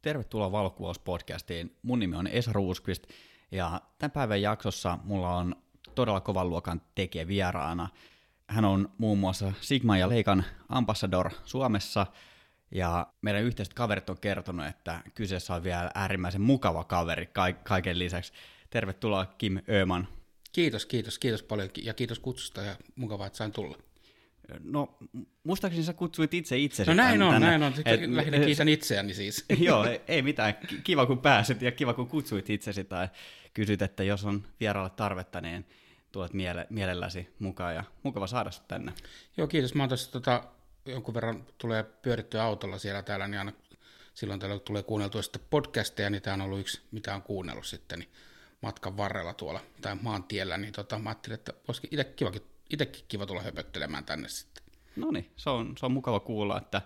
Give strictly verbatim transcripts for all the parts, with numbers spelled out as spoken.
Tervetuloa Valokuvauspodcastiin. Mun nimi on Esa Ruuskvist ja tämän päivän jaksossa mulla on todella kovan luokan tekijä vieraana. Hän on muun muassa Sigma ja Leican ambassador Suomessa ja meidän yhteiset kaverit on kertonut, että kyseessä on vielä äärimmäisen mukava kaveri kaiken lisäksi. Tervetuloa Kim Öhman. Kiitos, kiitos, kiitos paljon ja kiitos kutsusta ja mukavaa, että sain tulla. No, muistaakseni sä kutsuit itse itsesi. No näin on, tänne. näin on. Et, lähinnä kiitän itseäni siis. Joo, ei mitään. Kiva kun pääsit ja kiva kun kutsuit itsesi tai kysyt, että jos on vieraalle tarvetta, niin tulet miele- mielelläsi mukaan ja mukava saada sut tänne. Joo, kiitos. Mä oon tuossa tota, jonkun verran tulee pyörittyä autolla siellä täällä, niin aina silloin täällä tulee kuunneltua sitten podcasteja, niin tää on ollut yksi, mitä on kuunnellut sitten niin matkan varrella tuolla tai maantiellä, niin tota, mä ajattelin, että olisikin itse kivakin Itsekin kiva tulla höpöttelemään tänne sitten. No niin, se on, se on mukava kuulla, että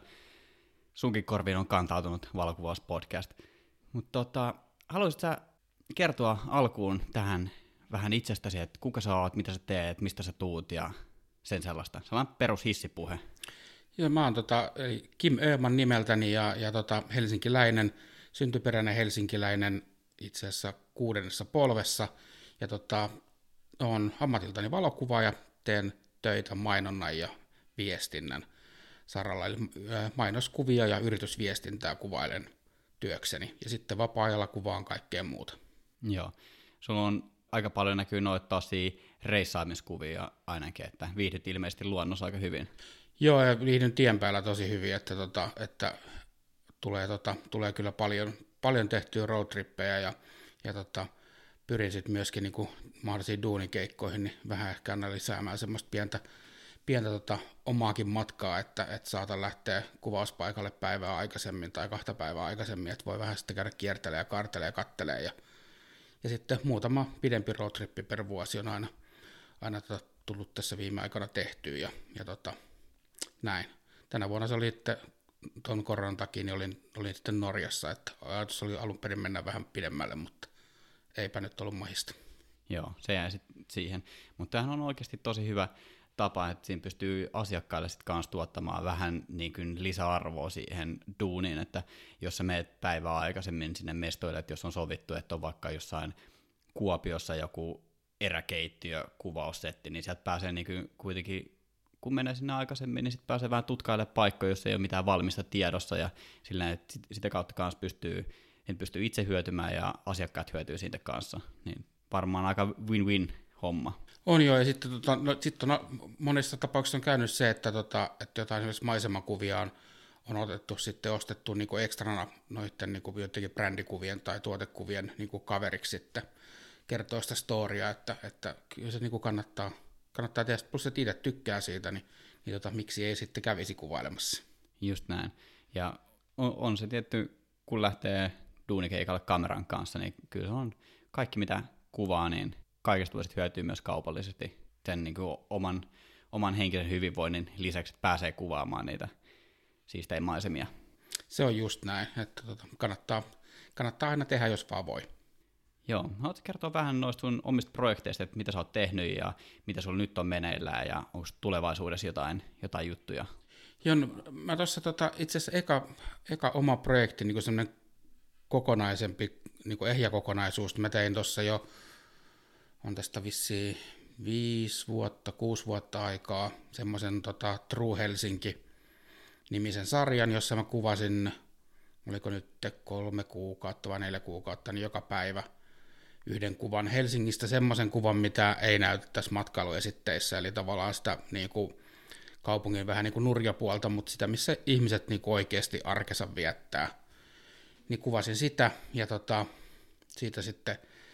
sunkin korviin on kantautunut Valokuvauspodcast. Mutta tota, haluaisitko sä kertoa alkuun tähän vähän itsestäsi, että kuka sä oot, mitä sä teet, mistä sä tuut ja sen sellaista. Sellainen perushissipuhe. Joo, mä oon tota, Kim Öhman nimeltäni ja, ja tota, helsinkiläinen, syntyperäinen helsinkiläinen itse asiassa kuudennessa polvessa. Ja tota, oon ammatiltani valokuvaaja. Teen töitä mainonnan ja viestinnän saralla, eli mainoskuvia ja yritysviestintää kuvailen työkseni, ja sitten vapaa-ajalla kuvaan kaikkea muuta. Joo, sulla on aika paljon näkyy noita tosia reissaamiskuvia ainakin, että viihdyt ilmeisesti luonnossa aika hyvin. Joo, ja viihdyn tien päällä tosi hyvin, että, tota, että tulee, tota, tulee kyllä paljon, paljon tehtyä roadtrippejä, ja, ja tota, pyrin sitten myöskin niin kuin mahdollisiin duunikeikkoihin niin vähän ehkä aina lisäämään semmoista pientä, pientä tota, omaakin matkaa, että, että saatan lähteä kuvauspaikalle päivää aikaisemmin tai kahta päivää aikaisemmin, että voi vähän sitten käydä kiertelemään ja kartelemaan ja kattelemaan. Ja, ja sitten muutama pidempi roadtrippi per vuosi on aina, aina tota, tullut tässä viime aikana tehtyä ja, ja tota, näin. Tänä vuonna se oli sitten tuon koronan takia, niin olin, olin sitten Norjassa, että ajatus oli alun perin mennä vähän pidemmälle, mutta eipä nyt ollut mahista. Joo, se jäi sitten siihen. Mutta tämähän on oikeasti tosi hyvä tapa, että siinä pystyy asiakkaille sitten kanssa tuottamaan vähän niin kuin lisäarvoa siihen duuniin, että jos sä meet päivää aikaisemmin sinne mestoille, että jos on sovittu, että on vaikka jossain Kuopiossa joku eräkeittiökuvaussetti, niin sieltä pääsee niin kuin kuitenkin, kun menee sinne aikaisemmin, niin sitten pääsee vähän tutkailemaan paikkoja, jos ei ole mitään valmista tiedossa, ja sillä että sitä kautta kanssa pystyy niin pystyy itse hyötymään ja asiakkaat hyötyy siitä kanssa, niin varmaan aika win-win homma. On joo, ja sitten tota, no, sit on, monissa tapauksissa on käynyt se, että, tota, että jotain esimerkiksi maisemakuvia on, on otettu sitten ostettu niin kuin ekstrana noiden niin kuin jotenkin brändikuvien tai tuotekuvien niin kuin kaveriksi sitten kertoo sitä storya, että, että kyllä se niin kuin kannattaa, kannattaa tehdä, plus että itse tykkää siitä, niin, niin tota, miksi ei sitten kävisi kuvailemassa. Just näin, ja on, on se tietty, kun lähtee duunikeikalle kameran kanssa, niin kyllä se on kaikki mitä kuvaa, niin kaikesta voisit hyötyä myös kaupallisesti sen niin kuin oman, oman henkisen hyvinvoinnin lisäksi, että pääsee kuvaamaan niitä siistejä maisemia. Se on just näin, että tota, kannattaa, kannattaa aina tehdä, jos vaan voi. Joo, haluatko kertoa vähän noista sun omista projekteista, että mitä sä oot tehnyt ja mitä sulla nyt on meneillään ja onko tulevaisuudessa jotain, jotain juttuja? Joo, no, mä tuossa tota, itse asiassa eka, eka oma projekti, niin kuin semmoinen kokonaisempi, niin kuin ehjä kokonaisuus. Mä tein tuossa jo, on tästä vissiin viisi vuotta, kuusi vuotta aikaa, semmoisen tota, True Helsinki-nimisen sarjan, jossa mä kuvasin, oliko nyt kolme kuukautta vai neljä kuukautta, niin joka päivä yhden kuvan Helsingistä, semmoisen kuvan, mitä ei näytettäisi matkailuesitteissä, eli tavallaan sitä niin kuin, kaupungin vähän niin kuin nurjapuolta, mutta sitä, missä ihmiset niin kuin oikeasti arkensa viettää. Niin kuvasin sitä, ja tota, siitä sitten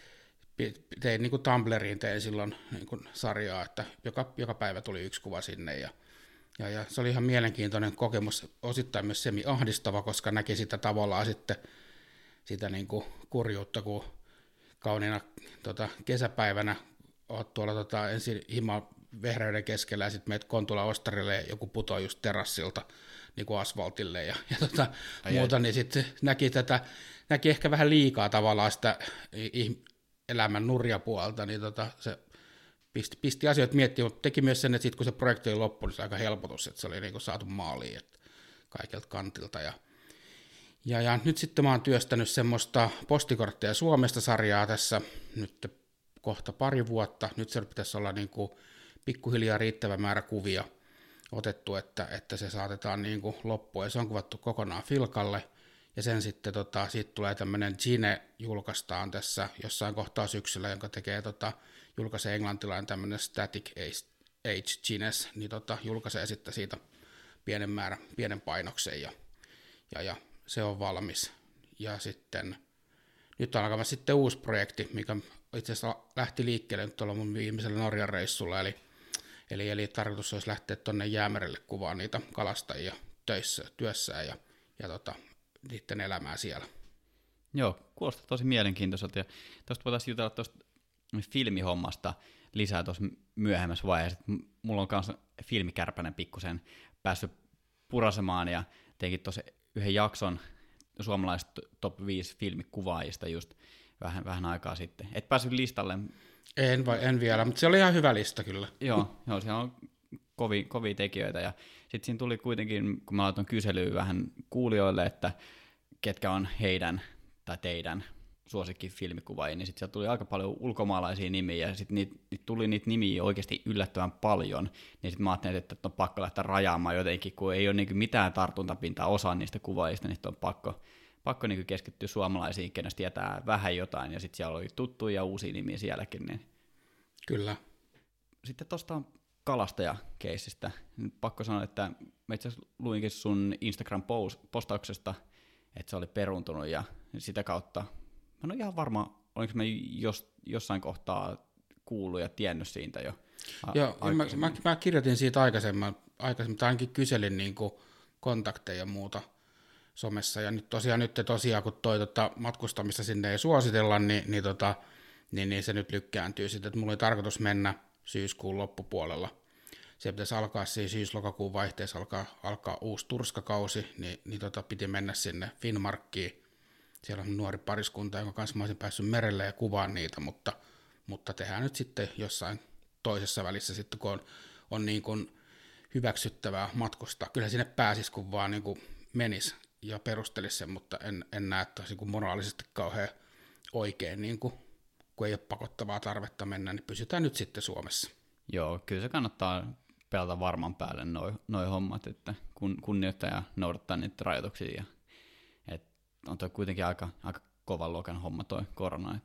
tein niin kuin Tumblriin tein silloin niin kuin sarjaa, että joka, joka päivä tuli yksi kuva sinne, ja, ja, ja se oli ihan mielenkiintoinen kokemus, osittain myös semi-ahdistava, koska näki sitä tavallaan sitten sitä niin kuin kurjuutta, kun kauniina tota, kesäpäivänä oot tuolla tota, ensin hima vehreyden keskellä, ja sitten meet Kontula Ostarille, ja joku putoo just terassilta niin kuin asfaltille ja, ja tota, muuta, niin sitten näki, tätä, näki ehkä vähän liikaa tavallaan sitä elämän nurjapuolta, niin tota, se pisti, pisti asioita miettimään, mutta teki myös sen, että sitten kun se projekti oli loppu, niin se aika helpotus, että se oli niin kuin saatu maaliin että kaikilta kantilta. Ja, Ja, ja nyt sitten mä oon työstänyt semmoista postikortteja Suomesta sarjaa tässä nyt kohta pari vuotta. Nyt se pitäisi olla niin kuin pikkuhiljaa riittävä määrä kuvia otettu, että, että se saatetaan niin kuin loppuun. Ja se on kuvattu kokonaan filkalle. Ja sen sitten tota, siitä tulee tämmöinen Gine, julkaistaan tässä jossain kohtaa syksyllä, jonka tekee, tota, julkaisee englantilainen tämmöinen Static Age Gines, niin tota, julkaisee sitten siitä pienen määrän, pienen painoksen ja, ja, ja se on valmis. Ja sitten nyt on alkamassa sitten uusi projekti, mikä itse asiassa lähti liikkeelle nyt tuolla mun viimeisellä Norjan reissulla, eli, eli, eli tarkoitus olisi lähteä tuonne Jäämerelle kuvaan niitä kalastajia töissä, työssään ja, ja tota, niiden elämää siellä. Joo, kuulostaa tosi mielenkiintoiselta, ja tuosta voitaisiin jutella tuosta filmihommasta lisää tuossa myöhemmässä vaiheessa. Mulla on myös filmikärpänen pikkusen päässyt purasemaan, ja teinkin tuossa yhden jakson suomalaisista top viisi filmikuvaajista just vähän, vähän aikaa sitten. Et päässyt listalle. En, vai, en vielä, mutta se oli ihan hyvä lista kyllä. Joo, joo siellä on kovia, kovia tekijöitä, ja sitten siinä tuli kuitenkin, kun mä laitoin kyselyä vähän kuulijoille, että ketkä on heidän tai teidän suosikki filmikuvaajia, niin sitten sieltä tuli aika paljon ulkomaalaisia nimiä, ja sitten niitä, niitä tuli niitä nimiä oikeasti yllättävän paljon, niin sitten mä ajattelin, että on pakko lähteä rajaamaan jotenkin, kun ei ole niin mitään tartuntapintaa osaan niistä kuvaajista, niin on pakko, pakko niin keskittyä suomalaisiin, kenestä tietää vähän jotain, ja sitten siellä oli tuttuja ja uusia nimiä sielläkin. Niin. Kyllä. Sitten tuosta kalastajakeissistä, pakko sanoa, että mä itse asiassa luinkin sun Instagram-postauksesta, että se oli peruuntunut, ja sitä kautta mä en ole ihan varma, oliko mä jos, jossain kohtaa kuullut ja tiennyt siitä jo. A- Joo, mä, mä, mä kirjoitin siitä aikaisemmin, aikaisemmin tai ainakin kyselin niin kuin kontakteja ja muuta somessa, ja nyt tosiaan, nyt tosiaan kun toi tota, matkustamista sinne ei suositella, niin, niin, tota, niin, niin se nyt lykkääntyy sitten, että mulla oli tarkoitus mennä syyskuun loppupuolella. Se pitäisi alkaa siis syys-lokakuun vaihteessa alkaa, alkaa uusi turskakausi, niin, niin tota, piti mennä sinne Finnmarkkiin. Siellä on nuori pariskunta, jonka kanssa mä olisin päässyt merelle ja kuvaan niitä, mutta, mutta tehdään nyt sitten jossain toisessa välissä sitten, kun on, on niin kuin hyväksyttävää matkustaa. Kyllä sinne pääsisi, kun vaan niin kuin menisi ja perustelisi sen, mutta en, en näe, että olisi moraalisesti kauhean oikein, niin kuin, kun ei ole pakottavaa tarvetta mennä, niin pysytään nyt sitten Suomessa. Joo, kyllä se kannattaa pelata varman päälle noi, noi hommat, että kun, kunnioittaa ja noudattaa niitä rajoituksia. Ja, et on toi kuitenkin aika, aika kovan luokan homma toi korona. Et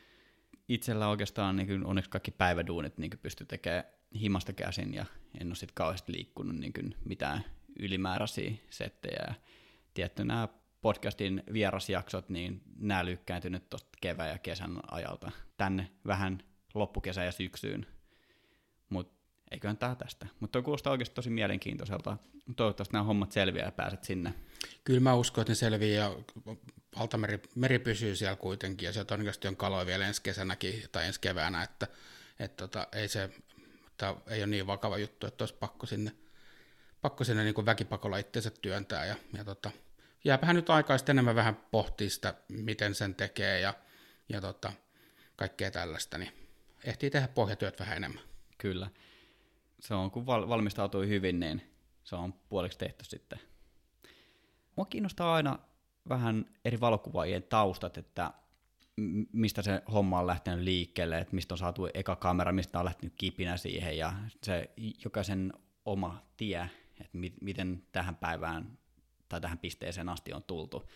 itsellä oikeastaan niin onneksi kaikki päiväduunit niin pystyy tekemään himasta käsin, ja en ole sitten kauheasti liikkunut niin mitään ylimääräisiä settejä. Ja tietty nämä podcastin vierasjaksot, niin nämä lykkääntynyt tuosta kevään ja kesän ajalta tänne vähän loppukesän ja syksyyn. Mutta eiköhän tämä tästä. Mutta tuo kuulostaa oikeasti tosi mielenkiintoiselta. Toivottavasti nämä hommat selviää ja pääset sinne. Kyllä mä uskon, että ne selviää ja valtameri meri pysyy siellä kuitenkin, ja sieltä todennäköisesti on kaloja vielä ensi kesänäkin tai ensi keväänä, että, että tota, ei se että ei ole niin vakava juttu, että olisi pakko sinne, pakko sinne niin kuin väkipakolla itseensä työntää. Ja, ja tota, jääpähän nyt aikaa sitten enemmän vähän pohtia sitä, miten sen tekee ja, ja tota, kaikkea tällaista, niin ehtii tehdä pohjatyöt vähän enemmän. Kyllä. Se on, kun val- valmistautuu hyvin, niin se on puoliksi tehty sitten. Mua kiinnostaa aina vähän eri valokuvaajien taustat, että mistä se homma on lähtenyt liikkeelle, että mistä on saatu eka kamera, mistä on lähtenyt kipinä siihen, ja se jokaisen oma tie, että mi- miten tähän päivään tai tähän pisteeseen asti on tultu.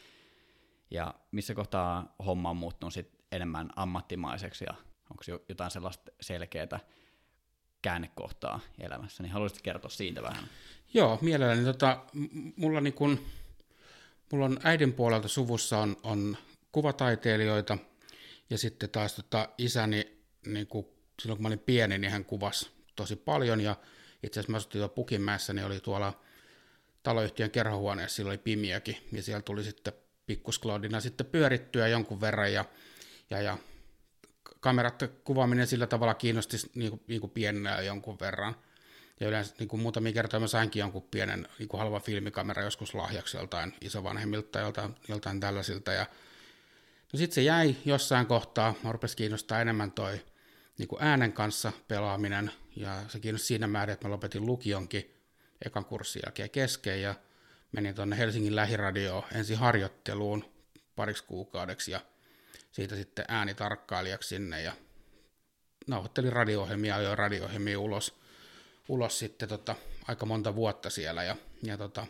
Ja missä kohtaa homma on muuttunut sit enemmän ammattimaiseksi, ja onko jotain sellaista selkeää käännekohtaa elämässä, niin haluaisit kertoa siitä vähän? Joo, mielelläni. Tota, mulla, niin kun, mulla on äidin puolelta suvussa on, on kuvataiteilijoita, ja sitten taas tota, isäni, niin kun, silloin kun mä olin pieni, niin hän kuvasi tosi paljon, ja itse asiassa mä asuttiin tuolla Pukinmäessä, niin oli tuolla taloyhtiön kerhohuoneessa, sillä oli pimiäkin, ja siellä tuli sitten pikkuskloudina sitten pyörittyä jonkun verran, ja, ja, ja kamerat kuvaaminen sillä tavalla kiinnosti niin kuin, niin kuin pienenä jonkun verran. Ja yleensä niin kuin muutamia kertoja mä sainkin jonkun pienen niin kuin halvan filmikamera joskus lahjaksi joltain isovanhemmilta tai joltain, joltain tällaisilta. Ja no sitten se jäi jossain kohtaa, mä rupesin kiinnostaa enemmän toi niin kuin äänen kanssa pelaaminen, ja se kiinnosti siinä määrin, että mä lopetin lukionkin ekan kurssin jälkeen kesken, ja menin tuonne Helsingin lähiradioon ensin harjoitteluun pariksi kuukaudeksi ja siitä sitten äänitarkkailijaksi sinne ja nauhoittelin radio-ohjelmia ja ajoin radio-ohjelmia ulos, ulos sitten tota, aika monta vuotta siellä ja, ja tota,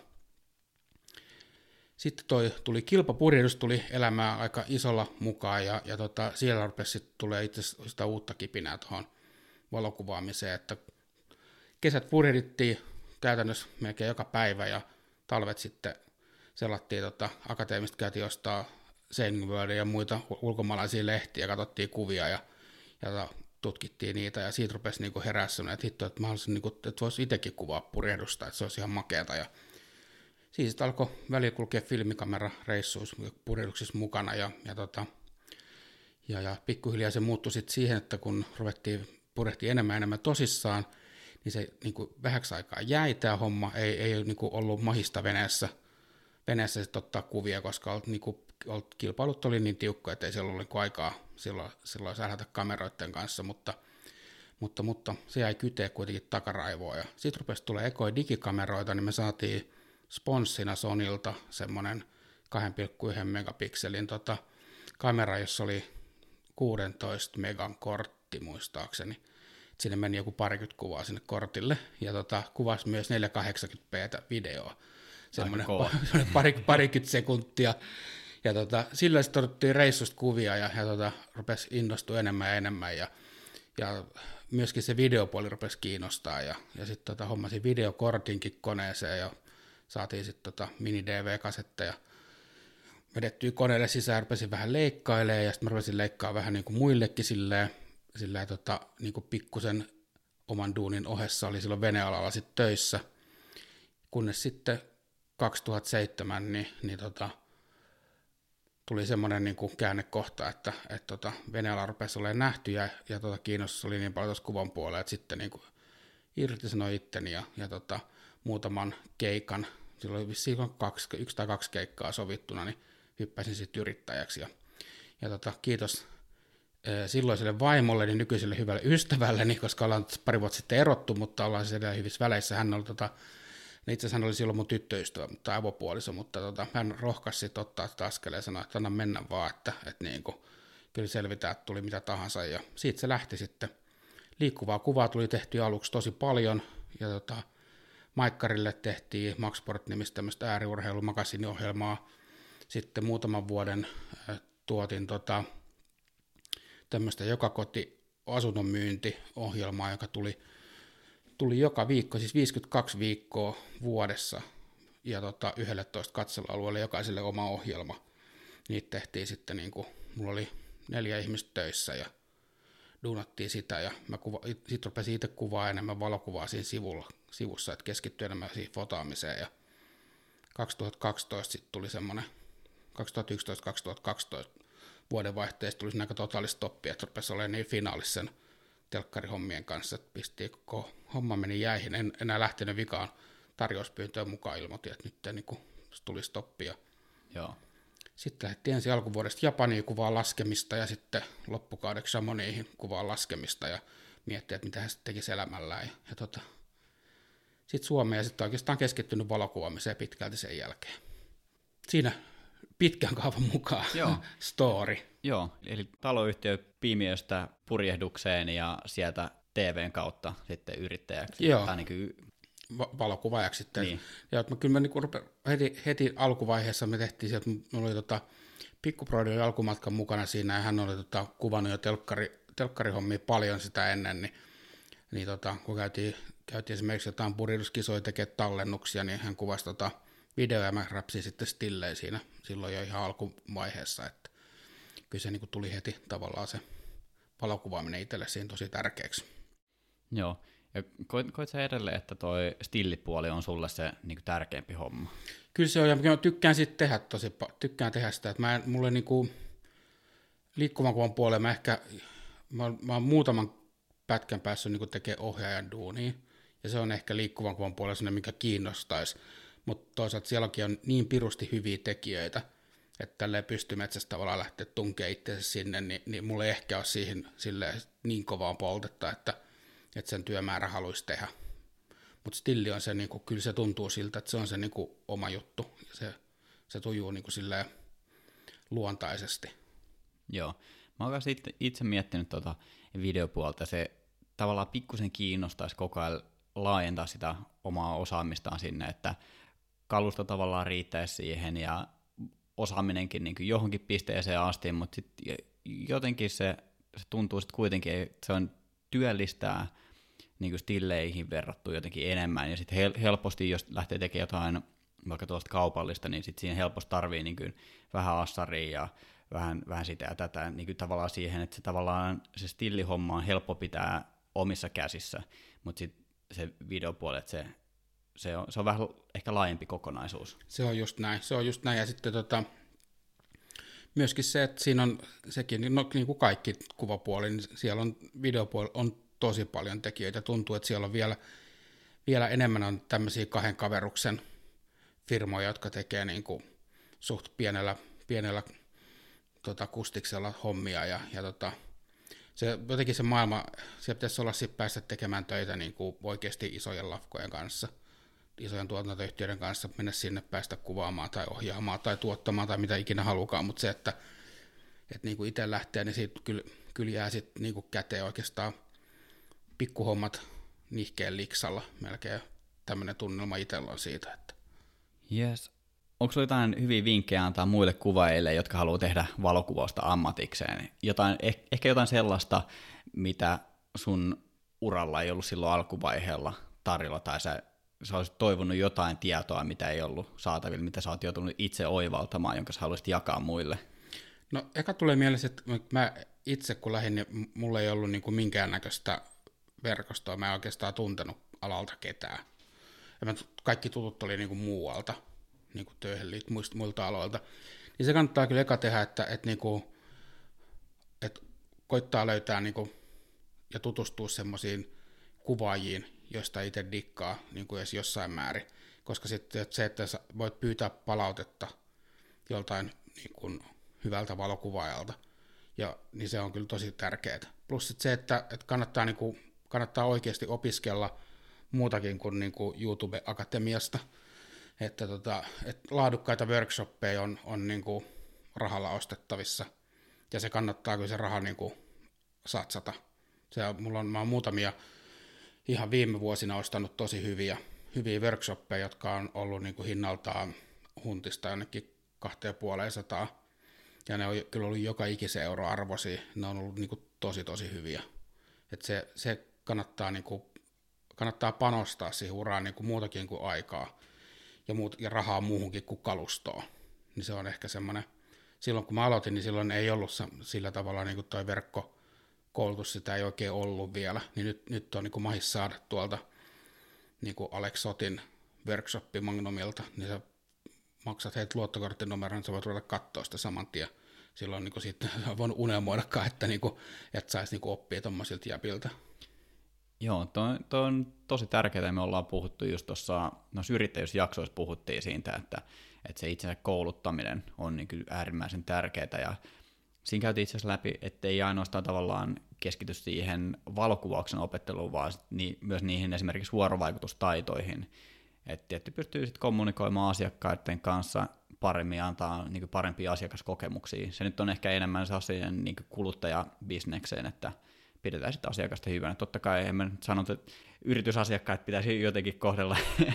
sitten toi tuli kilpapurjehdus, tuli elämään aika isolla mukaan ja, ja tota, siellä rupesi sitten tulee itse sitä uutta kipinää tuohon valokuvaamiseen, että kesät purjehdittiin käytännössä melkein joka päivä ja talvet sitten selattiin tota, akateemista käytiin ostaa Sailing World ja muita ulkomaalaisia lehtiä, katsottiin kuvia ja, ja tutkittiin niitä ja siitä rupesi niinku herää sellainen, että hitto, että, niinku, että voisi itsekin kuvaa purjehdusta, että se olisi ihan makeata ja siis sitten alkoi välillä kulkea filmikamera reissuissa purjehduksissa mukana ja, ja, tota, ja, ja pikkuhiljaa se muuttui sitten siihen, että kun ruvettiin purjehtia enemmän ja enemmän tosissaan, niin se niin kuin vähäksi aikaa jäi tämä homma, ei, ei niin kuin ollut mahista veneessä, veneessä sit ottaa kuvia, koska olt, niin kuin, olt, kilpailut oli niin tiukkoja, että ei siellä ollut niin aikaa silloin, silloin sähätä kameroiden kanssa, mutta, mutta, mutta se jäi kyteen kuitenkin takaraivoon. Ja sitten rupesi tulee ekoja digikameroita, niin me saatiin sponssina Sonylta semmoinen kaksi pilkku yksi megapikselin tota, kamera, jossa oli kuusitoista megan kortti muistaakseni. Sinne meni joku parikymmentä kuvaa sinne kortille, ja tota, kuvasi myös neljäsataakahdeksankymmentä p videoa, semmoinen pari, parikymmentä sekuntia, ja tota, sillä sitten otettiin reissusta kuvia, ja, ja tota, rupesi innostua enemmän ja enemmän, ja, ja myöskin se videopuoli rupesi kiinnostaa, ja, ja sitten tota, hommasin videokortinkin koneeseen, ja saatiin sitten tota, mini-D V-kasetteja vedettyä koneelle sisään, rupesin vähän leikkailemaan, ja sitten mä rupesin leikkaamaan vähän niin kuin muillekin silleen, Sillä tota, niin pikkusen oman duunin ohessa oli silloin venealalla sit töissä, kunnes sitten kaksituhattaseitsemän niin, niin tota, tuli semmoinen niin käännekohta, että et tota, veneala rupesi olemaan nähty ja, ja tota, kiinnostus oli niin paljon tuossa kuvan puolella, että sitten niin irtisanoi itteni ja, ja tota, muutaman keikan, silloin vissiin kaksi, yksi tai kaksi keikkaa sovittuna, niin hyppäsin sitten yrittäjäksi ja, ja tota, kiitos silloiselle vaimolle, nykyiselle hyvälle ystävälleni, koska ollaan pari vuotta sitten erottu, mutta ollaan siellä hyvissä väleissä. Hän oli, tota, itse asiassa hän oli silloin mun tyttöystävä, mutta avopuoliso, mutta tota, hän rohkaisi sitten ottaa sitä askeleen ja sanoi, että anna mennä vaan, että, että niin kuin, kyllä selvitään, että tuli mitä tahansa. Ja siitä se lähti sitten. Liikkuvaa kuvaa tuli tehty aluksi tosi paljon, ja tota, Maikkarille tehtiin Maxport-nimistä tämmöistä ääriurheilumagasiniohjelmaa. Sitten muutaman vuoden äh, tuotin tota, tämmöistä joka koti asunnon myyntiohjelmaa, joka tuli, tuli joka viikko, siis viisikymmentäkaksi viikkoa vuodessa, ja tota, yksitoista katselualueelle jokaiselle oma ohjelma. Niitä tehtiin sitten, niin kuin, mulla oli neljä ihmistä töissä, ja duunattiin sitä, ja mä kuva, sit rupesin itse kuvaa enemmän valokuvaa siinä sivulla, sivussa, että keskittyi enemmän siihen fotaamiseen, ja kaksituhattakaksitoista sitten tuli semmoinen, kaksituhattayksitoista kaksituhattakaksitoista vuodenvaihteessa tuli aika totaalistoppi, että rupesi olemaan niin finaalissa sen telkkarihommien kanssa, että pisti koko homma meni jäihin. En enää lähtenyt vikaan tarjouspyyntöön mukaan, ilmoitin, että nyt niin kuin, tuli stoppia. Joo. Sitten lähdettiin ensin alkuvuodesta Japaniin kuvaa laskemista ja sitten loppukaudeksi Chamonixin kuvaa laskemista ja miettiä, että mitä hän sitten tekisi elämällään. Ja, ja tota, sitten Suomeen ja sitten oikeastaan keskittynyt valokuvaamiseen pitkälti sen jälkeen. Siinä pitkän kaavan mukaan Joo. story. Joo, eli taloyhtiö piimiöstä purjehdukseen ja sieltä T V:n kautta sitten yrittäjäksi. Joo, ainakin Va- valokuvaajaksi sitten. Niin. Ja mä, kyllä mä niin rupe, heti, heti alkuvaiheessa me tehtiin sieltä, mulla oli tota, pikkuproidi oli alkumatkan mukana siinä ja hän oli tota, kuvannut jo telkkari, telkkarihommia paljon sitä ennen, niin, niin tota, kun käytiin, käytiin esimerkiksi jotain purjehduskisoja tekemään tallennuksia, niin hän kuvasi tota, video ja mä rapsin sitten stilleen siinä silloin jo ihan alkuvaiheessa, että kyllä se niin kuin tuli heti tavallaan se valokuvaaminen itselle siinä tosi tärkeäksi. Joo, ja koit, koit sä edelleen, että toi stillipuoli on sulle se niin kuin tärkeämpi homma? Kyllä se on, ja mä tykkään siitä tehdä tosi tykkään tehdä sitä, että mä en, mulle niin kuin liikkuvan kuvan puolella mä ehkä, mä, mä oon muutaman pätkän päässyt niin kuin tekemään ohjaajan duunia, ja se on ehkä liikkuvan kuvan puolella sellainen, mikä kiinnostaisi. Mutta toisaalta sielläkin on niin pirusti hyviä tekijöitä, että tälleen pystymetsästä tavallaan lähteä tunkemaan itseänsä sinne, niin, niin mulla ei ehkä ole siihen niin kovaa poltetta, että, että sen työmäärä haluaisi tehdä. mutta stilli on se, niin kuin, kyllä se tuntuu siltä, että se on se niin kuin, oma juttu, ja se, se tujuu niin kuin, silleen luontaisesti. Joo, mä oon itse, itse miettinyt tuota videopuolta, se tavallaan pikkusen kiinnostaisi koko ajan laajentaa sitä omaa osaamistaan sinne, että kalusto tavallaan riittäisi siihen ja osaaminenkin niin kuin johonkin pisteeseen asti, mutta sitten jotenkin se, se tuntuu sitten kuitenkin, että se on työllistää niin kuin stilleihin verrattuna jotenkin enemmän, ja sitten hel- helposti, jos lähtee tekemään jotain vaikka tuosta kaupallista, niin sitten siinä helposti tarvii niin kuin vähän assaria ja vähän, vähän sitä ja tätä niin kuin tavallaan siihen, että se tavallaan se stillihomma on helppo pitää omissa käsissä, mutta sitten se videopuoli, että se, se, on, se on vähän ehkä laajempi kokonaisuus. Se on just näin, se on just näin, ja sitten tota, myöskin se, että siinä on sekin, no niin kuin kaikki kuvapuoli, niin siellä on videopuoli on tosi paljon tekijöitä, tuntuu, että siellä on vielä, vielä enemmän on tämmöisiä kahden kaveruksen firmoja, jotka tekee niin kuin suht pienellä, pienellä tota, kustiksella hommia, ja, ja tota, se, jotenkin se maailma, siellä pitäisi olla sitten päästä tekemään töitä niin kuin oikeasti isojen lafkojen kanssa, isojen tuotantoyhtiöiden kanssa, mennä sinne päästä kuvaamaan tai ohjaamaan tai tuottamaan tai mitä ikinä halukaan, mutta se, että, että niin kuin itse lähtee, niin siitä kyllä, kyllä jää sitten niin kuin käteen oikeastaan pikkuhommat nihkeen liksalla, melkein tämmöinen tunnelma itsellä on siitä. Että. Yes. Onko sinulla jotain hyviä vinkkejä antaa muille kuvaajille, jotka haluaa tehdä valokuvausta ammatikseen? Jotain, eh, ehkä jotain sellaista, mitä sun uralla ei ollut silloin alkuvaiheella tarjolla, tai sä, sä olisit toivonut jotain tietoa, mitä ei ollut saatavilla, mitä sä oot joutunut itse oivaltamaan, jonka sä haluaisit jakaa muille? No eka tulee mielessä, että mä itse kun lähdin, niin mulla ei ollut niin kuin minkäännäköistä verkostoa, mä en oikeastaan tuntenut alalta ketään. Ja mä, kaikki tutut oli niin kuin muualta, niin kuin töihin liit, muist, muilta aloilta. Niin se kannattaa kyllä eka tehdä, että, että, niin kuin, että koittaa löytää niin kuin, ja tutustua semmoisiin kuvaajiin, joista itse dikkaa niin kuin edes jossain määrin. Koska sitten että se, että sä voit pyytää palautetta joltain niin kuin, hyvältä valokuvaajalta, ja, niin se on kyllä tosi tärkeää. Plus se, että, että kannattaa, niin kuin, kannattaa oikeasti opiskella muutakin kuin, niin kuin YouTube-akatemiasta. Että, tota, että laadukkaita workshoppeja on, on niin kuin rahalla ostettavissa, ja se kannattaa kyllä se raha niin kuin satsata. Se on, mulla on, mä oon muutamia ihan viime vuosina ostanut tosi hyviä, hyviä workshoppeja, jotka on ollut niin kuin hinnaltaan huntista jonnekin kahteen puoleen sataa. Ja ne on kyllä ollut joka ikisen euro arvoisia, ne on ollut niin kuin tosi tosi hyviä. Et se, se kannattaa, niin kuin, kannattaa panostaa siihen uraan niin kuin muutakin kuin aikaa ja, muut, ja rahaa muuhunkin kuin kalustoon. Niin se on ehkä semmoinen, silloin kun mä aloitin, niin silloin ei ollut sillä tavalla niin kuin toi verkkokoulutus, sitä ei oikein ollut vielä. Niin nyt, nyt on niin kuin mahis saada tuolta niin kuin Alex Sotin workshoppi Magnumilta, niin sä maksat heitä luottokorttinumeron, niin sä voit ruveta katsoa sitä saman tien. Silloin niin sitten on voinut unelmoidakaan, että, niin kuin, että saisi niin oppia tuommoisilta jäpiltä. Joo, toi, toi on tosi tärkeää. Me ollaan puhuttu just tuossa, noissa yrittäjyysjaksoissa puhuttiin siitä, että, että se itsensä kouluttaminen on niin kuin äärimmäisen tärkeää. Ja siinä käytiin itse asiassa läpi, ettei ainoastaan tavallaan keskity siihen valokuvauksen opetteluun, vaan niin, myös niihin esimerkiksi vuorovaikutustaitoihin. Että että pystyy sitten kommunikoimaan asiakkaiden kanssa paremmin ja antaa niin kuin parempia asiakaskokemuksia. Se nyt on ehkä enemmän sellaisen niin kuin kuluttajabisnekseen, että pidetään sitten asiakasta hyvänä. Totta kai en mä nyt sano, että yritysasiakkaat pitäisi jotenkin kohdella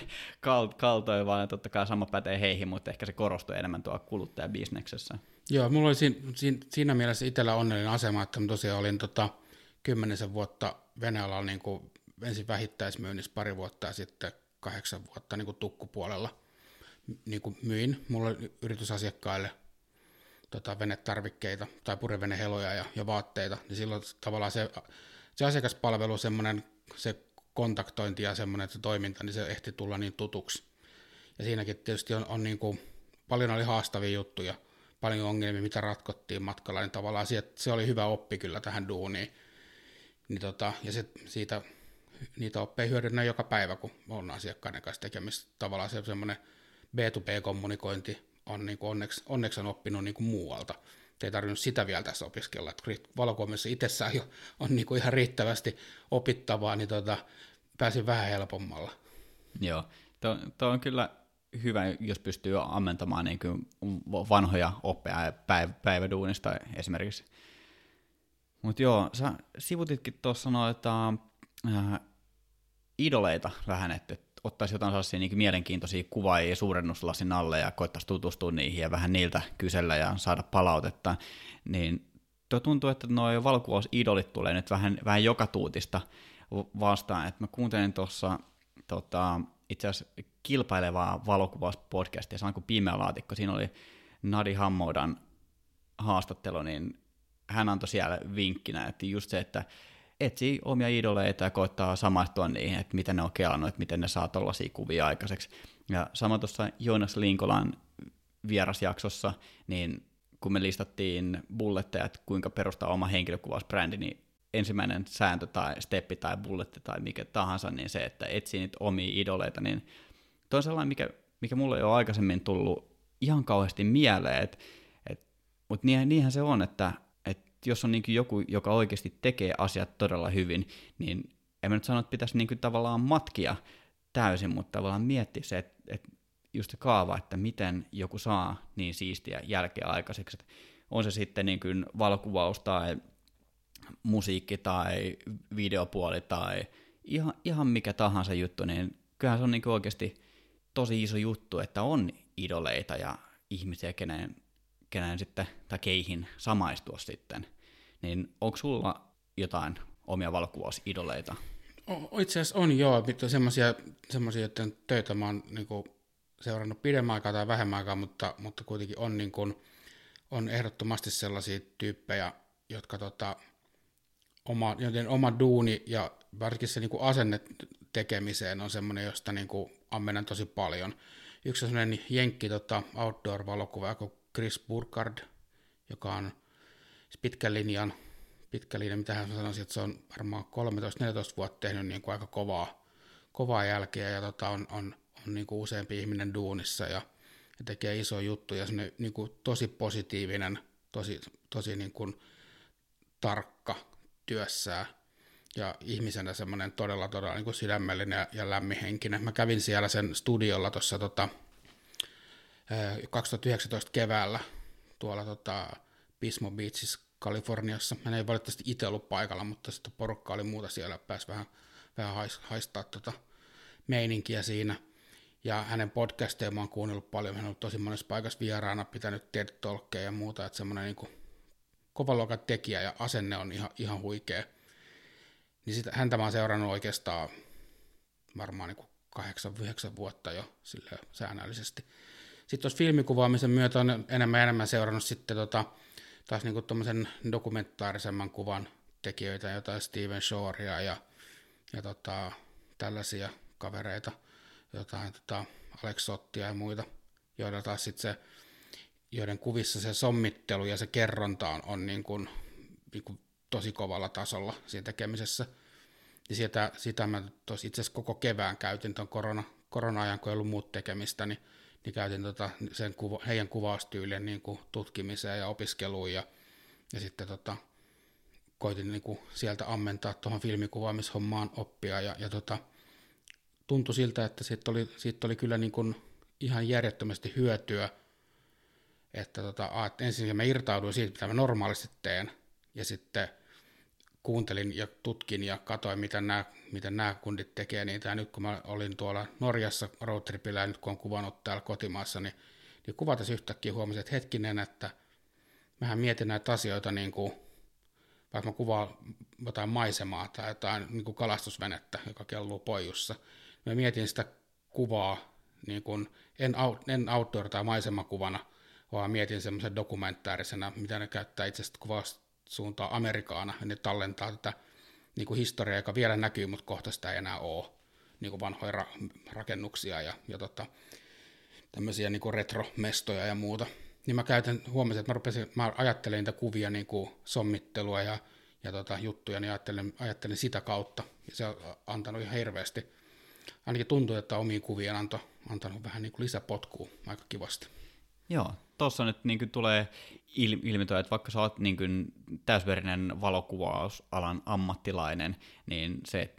kaltoin, vaan totta kai sama pätee heihin, mutta ehkä se korostuu enemmän tuolla kuluttajabisneksessä. Joo, mulla oli siinä, siinä mielessä itsellä onnellinen asema, että mä tosiaan olin tota, kymmenisen vuotta Venäjällä niin kuin ensin vähittäismyynnissä pari vuotta ja sitten kahdeksan vuotta niin kuin tukkupuolella niin kuin myin. Mulla oli yritysasiakkaille tota, venetarvikkeita tai puriveneheloja ja, ja vaatteita, niin silloin tavallaan se, se asiakaspalvelu, semmoinen se kontaktointi ja semmoinen se toiminta, niin se ehti tulla niin tutuksi. Ja siinäkin tietysti on, on niin kuin, paljon oli haastavia juttuja, paljon ongelmia, mitä ratkottiin matkalla, niin tavallaan se, se oli hyvä oppi kyllä tähän duuniin. Niin tota, ja se, siitä niitä oppeja hyödynnä joka päivä, kun on asiakkaiden kanssa tekemistä. Tavallaan se semmoinen B to B-kommunikointi on niin kuin onneksi, onneksi on oppinut niin kuin muualta. Ei tarvinnut sitä vielä tässä opiskella. Valokuvaamisessa itsessään jo on niin kuin ihan riittävästi opittavaa, niin tota, pääsin vähän helpommalla. Joo, tuo on kyllä hyvä, jos pystyy ammentamaan niin kuin vanhoja oppeja päiv- päiväduunista esimerkiksi. Mutta joo, sä sivutitkin tuossa noita äh, idoleita vähän, että ottaisi jotain sellaisia niin mielenkiintoisia kuvaajia suurennuslasin alle ja koittaisi tutustua niihin ja vähän niiltä kysellä ja saada palautetta, niin tuo tuntuu, että nuo valokuvausidolit tulee nyt vähän, vähän joka tuutista vastaan, että mä kuuntelin tuossa tota, itse asiassa kilpailevaa valokuvauspodcastia, sama kuin Pimeä laatikko, siinä oli Nadi Hammoudan haastattelu, niin hän antoi siellä vinkkinä, että just se, että etsii omia idoleita ja koittaa samaistua niihin, että miten ne on kelannut, että miten ne saa tollaisia kuvia aikaiseksi. Ja sama tuossa Joonas Linkolan vierasjaksossa, niin kun me listattiin bulletteja, että kuinka perustaa oma henkilökuvausbrändi, niin ensimmäinen sääntö tai steppi tai bulletti tai mikä tahansa, niin se, että etsii niitä omia idoleita, niin toi on sellainen, mikä, mikä mulle ei ole aikaisemmin tullut ihan kauheasti mieleen, et, et, mutta niinhän, niinhän se on, että et jos on niin joku, joka oikeasti tekee asiat todella hyvin, niin en mä nyt sano, että pitäisi niin tavallaan matkia täysin, mutta tavallaan miettiä se, että et just se kaava, että miten joku saa niin siistiä jälkeä aikaiseksi, että on se sitten niin kuin valokuvaus tai musiikki tai videopuoli tai ihan, ihan mikä tahansa juttu, niin kyllähän se on niin oikeasti tosi iso juttu, että on idoleita ja ihmisiä, kenen, kenen sitten, tai keihin samaistua sitten. Niin onko sulla jotain omia valokuvausidoleita? Itse asiassa on joo, semmoisia, semmoisia töitä mä oon niin kuin seurannut pidemmän aikaa tai vähemmän aikaa, mutta, mutta kuitenkin on, niin kuin, on ehdottomasti sellaisia tyyppejä, jotka tota, oma, joten oma duuni ja varsinkin se niin kuin asenne tekemiseen on semmoinen, josta niin kuin ammennan tosi paljon. Yksi on semmoinen jenkki tota, outdoor-valokuva kuin Chris Burkard, joka on pitkän linjan, pitkän linjan, mitä hän sanoisi, että se on varmaan kolmetoista neljätoista vuotta tehnyt niin kuin aika kovaa, kovaa jälkeä ja tota, on, on, on niin kuin useampi ihminen duunissa ja, ja tekee iso juttu ja semmoinen niin kuin tosi positiivinen, tosi, tosi niin kuin tarkka työssään ja ihmisenä semmoinen todella, todella niin kuin sydämellinen ja, ja lämminhenkinen. Mä kävin siellä sen studiolla tuossa tota, kaksituhattayhdeksäntoista keväällä tuolla tota, Pismo Beachissä Kaliforniassa. Mä en valitettavasti itse ollut paikalla, mutta sitten porukka oli muuta siellä, pääsi vähän, vähän haistaa tota meininkiä siinä. Ja hänen podcasteja mä oon kuunnellut paljon, hän on ollut tosi monessa paikassa vieraana, pitänyt TED-talkkeja ja muuta, että semmoinen niin kuin kovan luokan tekijä ja asenne on ihan, ihan huikea. Niin sit, häntä mä oon seurannut oikeastaan varmaan niin kahdeksan yhdeksän vuotta jo silleen säännöllisesti. Sitten tuossa filmikuvaamisen myötä on enemmän ja enemmän seurannut sitten tota, taas niin kuin dokumentaarisemman kuvan tekijöitä, jotain Steven Shorea ja, ja tota, tällaisia kavereita, jotain tota, Alex Sottia ja muita, joilla taas sitten se, joiden kuvissa se sommittelu ja se kerronta on, on niin kuin, niin kuin tosi kovalla tasolla siinä tekemisessä. Ja sitä, sitä mä tos itse asiassa koko kevään käytin tuon korona, korona-ajan, kun ei ollut muut tekemistä, niin, niin käytin tota sen kuva, heidän kuvaustyylien niin kuin tutkimiseen ja opiskeluun ja, ja sitten tota, koitin niin kuin sieltä ammentaa tuohon filmikuvaamishommaan oppia ja, ja tota, tuntui siltä, että siitä oli, siitä oli kyllä niin kuin ihan järjettömästi hyötyä, että tota, että ensin mä irtauduin siitä, mitä mä normaalisti teen, ja sitten kuuntelin ja tutkin ja katsoin, miten nämä, miten nämä kundit tekee niitä. Ja nyt kun mä olin tuolla Norjassa roadtripillä ja nyt kun on kuvannut täällä kotimaassa, niin, niin kuvatas yhtäkkiä huomasin, että hetkinen, että mähän mietin näitä asioita, niin kuin, vaikka mä kuvaan jotain maisemaa tai jotain niin kuin kalastusvenettä, joka kelluu poijussa. Mä mietin sitä kuvaa niin kuin, en, out, en outdoor- tai maisemakuvana, vaan mietin semmoisen dokumentaarisena, mitä ne käyttää itse asiassa kuvausta suuntaan Amerikaana, ja ne tallentaa tätä niin kuin historiaa, joka vielä näkyy, mutta kohta sitä ei enää ole, niin kuin vanhoja ra- rakennuksia ja, ja tota, tämmöisiä niin kuin retromestoja ja muuta. Niin mä käytän, huomasin, että mä, rupesin, mä ajattelen niitä kuvia, niin kuin sommittelua ja, ja tota, juttuja, niin ajattelen, ajattelen sitä kautta, ja se on antanut ihan hirveästi. Ainakin tuntuu, että omiin kuvien antoi antanut vähän niin kuin lisäpotkua aika kivasti. Joo, tuossa nyt niin kuin tulee il- ilmityä, että vaikka sä oot niin kuin täysverinen valokuvausalan ammattilainen, niin se, että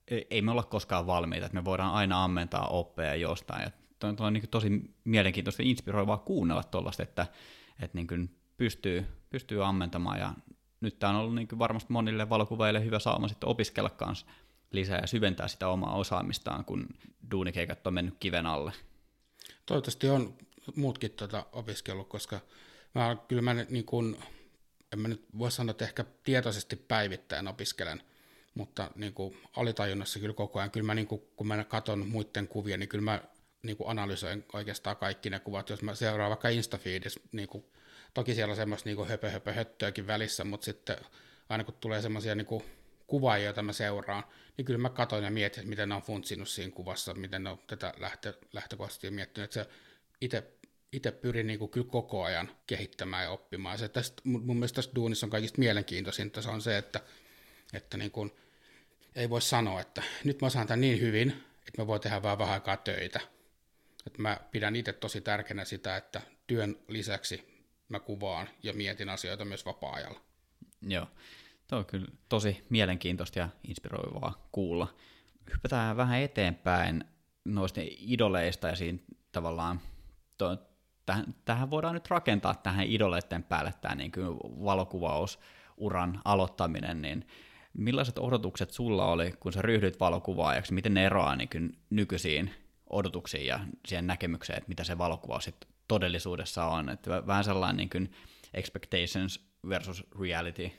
ei, ei me olla koskaan valmiita, että me voidaan aina ammentaa oppeja jostain. Ja toi, toi on niin kuin tosi mielenkiintoista ja inspiroivaa kuunnella tuollaista, että, että niin kuin pystyy, pystyy ammentamaan. Ja nyt tämä on ollut niin kuin varmasti monille valokuvaajille hyvä sauma sitten opiskella kanssa lisää ja syventää sitä omaa osaamistaan, kun duunikeikat on mennyt kiven alle. Toivottavasti on muutkin tuota opiskellut, koska mä, kyllä mä niin kuin, en mä nyt voi sanoa, että ehkä tietoisesti päivittäin opiskelen, mutta niin kuin alitajunnassa kyllä koko ajan, kyllä mä niin kuin, kun mä katson muiden kuvia, niin kyllä mä niin kuin analysoin oikeastaan kaikki ne kuvat, jos mä seuraan vaikka Instafeedissä, niin kuin, toki siellä on semmoista niin kuin höpö, höpö, höttöäkin välissä, mutta sitten aina kun tulee semmoisia niin kuin kuvaajia, joita mä seuraan, niin kyllä mä katson ja mietin, että miten ne on funtsinut siinä kuvassa, miten ne on tätä lähtö, lähtökohtaisesti miettinyt, että se itse itse pyrin niin kuin kyllä koko ajan kehittämään ja oppimaan. Se tästä, mun mielestä tässä duunissa on kaikista mielenkiintoisinta, se on se, että, että niin kuin, ei voi sanoa, että nyt mä osaan tämän niin hyvin, että mä voin tehdä vaan vähän aikaa töitä. Että mä pidän itse tosi tärkeänä sitä, että työn lisäksi mä kuvaan ja mietin asioita myös vapaa-ajalla. Joo, tuo on kyllä tosi mielenkiintoista ja inspiroivaa kuulla. Hypätään vähän eteenpäin noista idoleista ja siinä tavallaan to, tähän, tähän voidaan nyt rakentaa tähän idoleiden päälle tämä niin kuin valokuvausuran aloittaminen, niin millaiset odotukset sulla oli, kun sä ryhdyit valokuvaajaksi, miten ne eroaa niin kuin nykyisiin odotuksiin ja siihen näkemykseen, että mitä se valokuvaus sit todellisuudessa on, että vähän sellainen niin kuin expectations versus reality.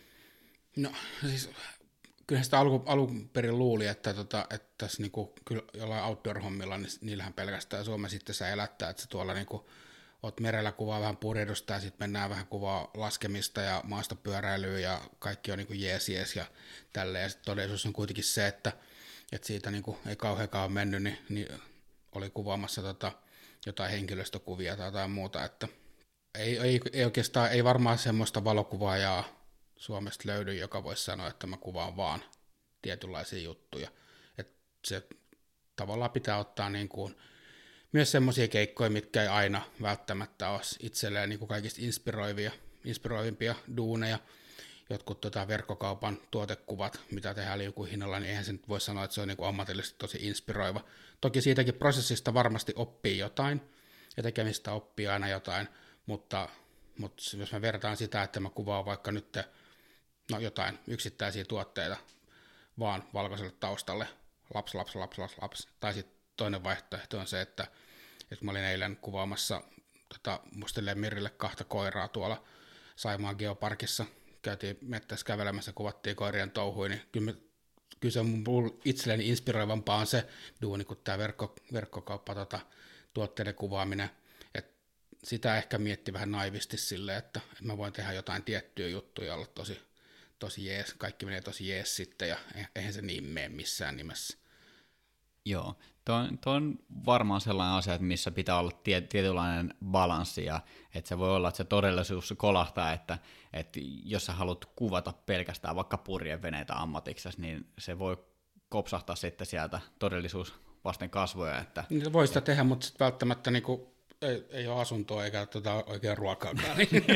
No siis kyllä sitä alku, alun perin luuli, että, tota, että tässä niinku, kyllä jollain outdoor-hommilla, niin niillähän pelkästään Suomessa sitten sä elättää, että sä tuolla niinku, oot merellä kuvaa vähän purjehdusta ja sitten mennään vähän kuvaa laskemista ja maastopyöräilyä ja kaikki on niinku jees jees ja tälleen. Ja sitten todellisuus on kuitenkin se, että, että siitä niinku ei kauheakaan mennyt, niin, niin oli kuvaamassa tota, jotain henkilöstökuvia tai jotain muuta, että ei, ei, ei oikeastaan, ei varmaan semmoista valokuvaajaa Suomesta löydy, joka voisi sanoa, että mä kuvaan vaan tietynlaisia juttuja. Et se tavallaan pitää ottaa niin kuin myös semmoisia keikkoja, mitkä ei aina välttämättä ole itselleen niin kuin kaikista inspiroivia, inspiroivimpia duuneja. Jotkut tota verkkokaupan tuotekuvat, mitä tehdään liukuhinnalla, niin eihän se nyt voi sanoa, että se on niin kuin ammatillisesti tosi inspiroiva. Toki siitäkin prosessista varmasti oppii jotain, ja tekemistä oppii aina jotain, mutta, mutta jos mä vertaan sitä, että mä kuvaan vaikka nyt no jotain yksittäisiä tuotteita vaan valkoiselle taustalle, laps, laps, laps, laps, laps. Tai sitten toinen vaihtoehto on se, että, että mä olin eilen kuvaamassa tota, Mustille Mirille kahta koiraa tuolla Saimaan geoparkissa. Käytiin mettässä kävelemässä, kuvattiin koirien touhuja, niin kyllä, me, kyllä se on mun itselleni inspiroivampaa on se duuni kuin tämä verkko, verkkokauppa tota, tuotteiden kuvaaminen. Et sitä ehkä mietti vähän naivisti silleen, että, että mä voin tehdä jotain tiettyjä juttuja, olla tosi tosi jees, kaikki menee tosi jees sitten, ja eihän se niin mene missään nimessä. Joo, tuo on varmaan sellainen asia, että missä pitää olla tie, tietynlainen balanssi, ja että se voi olla, että se todellisuus kolahtaa, että, että jos sä haluat kuvata pelkästään vaikka purjeveneitä ammatiksesi, niin se voi kopsahtaa sitten sieltä todellisuus vasten kasvoja. Että, niin voi sitä et... tehdä, mutta sitten välttämättä niinku, ei, ei ole asuntoa eikä tota oikein ruokaakaan.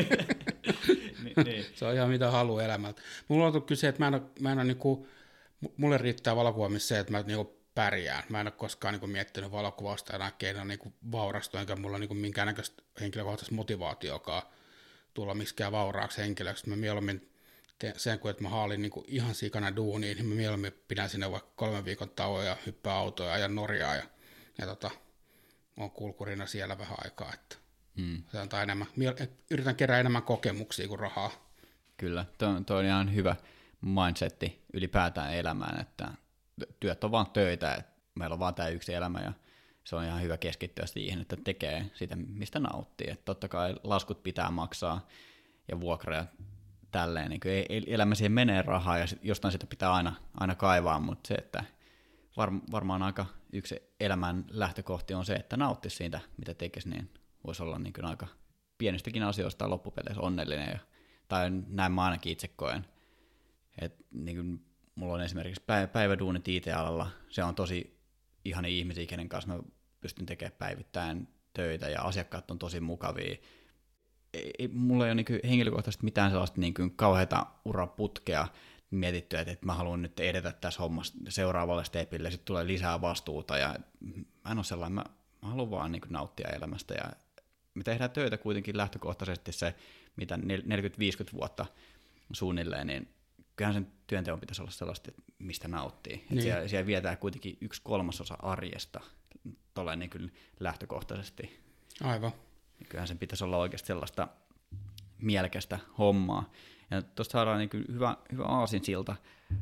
Niin, niin. Se on ihan mitä haluaa elämältä. Mulla on kyllä se, että mä en ole, mä en ole niinku, mulle riittää valokuvaamissa se, että mä niinku pärjään. Mä en ole koskaan niinku miettinyt valokuvausta enää keinoin niinku vaurastua, enkä mulla niinku minkäännäköistä henkilökohtaista motivaatiokaan tulla miksikään vauraaksi henkilöksi. Mä mieluummin teen sen, kun että mä haalin niinku ihan sikana duuniin, niin mä mieluummin pidän sinne vaikka kolmen viikon tauon ja hyppää autoja ja ajan Norjaa ja, ja tota, on kulkurina siellä vähän aikaa, että Hmm. Se antaa enemmän. Yritän kerää enemmän kokemuksia kuin rahaa. Kyllä, tuo, tuo on ihan hyvä mindsetti ylipäätään elämään, että työt on vaan töitä, että meillä on vaan tämä yksi elämä ja se on ihan hyvä keskittyä siihen, että tekee sitä, mistä nauttii. Että totta kai laskut pitää maksaa ja vuokra ja tälleen, niin ei, elämä siihen menee rahaa ja jostain sitä pitää aina, aina kaivaa, mutta se, että var, varmaan aika yksi elämän lähtökohti on se, että nauttisi siitä, mitä tekisi, niin voisi olla niin kuin aika pienistäkin asioista loppupeleissä onnellinen, ja, tai näin mä ainakin itse koen. Et, niin kuin, mulla on esimerkiksi päiväduunit I T-alalla, se on tosi ihania ihmisiä, kenen kanssa mä pystyn tekemään päivittäin töitä, ja asiakkaat on tosi mukavia. Ei, mulla ei ole niin kuin henkilökohtaisesti mitään sellaista niin kuin kauheata uraputkea mietitty, että, että mä haluan nyt edetä tässä hommassa seuraavalle stepille, sitten tulee lisää vastuuta, ja mä en ole sellainen, mä, mä haluan vaan niin kuin nauttia elämästä, ja me tehdään töitä kuitenkin lähtökohtaisesti se, mitä neljäkymmentä viisikymmentä vuotta suunnilleen, niin kyllähän sen työnteon pitäisi olla sellaista, mistä nauttii. Niin. Siellä, siellä vietää kuitenkin yksi kolmasosa arjesta tolleen niin kuin lähtökohtaisesti. Aivan. Kyllähän sen pitäisi olla oikeasti sellaista mielekästä hommaa. Ja tuosta saadaan niin kuin hyvä, hyvä aasinsilta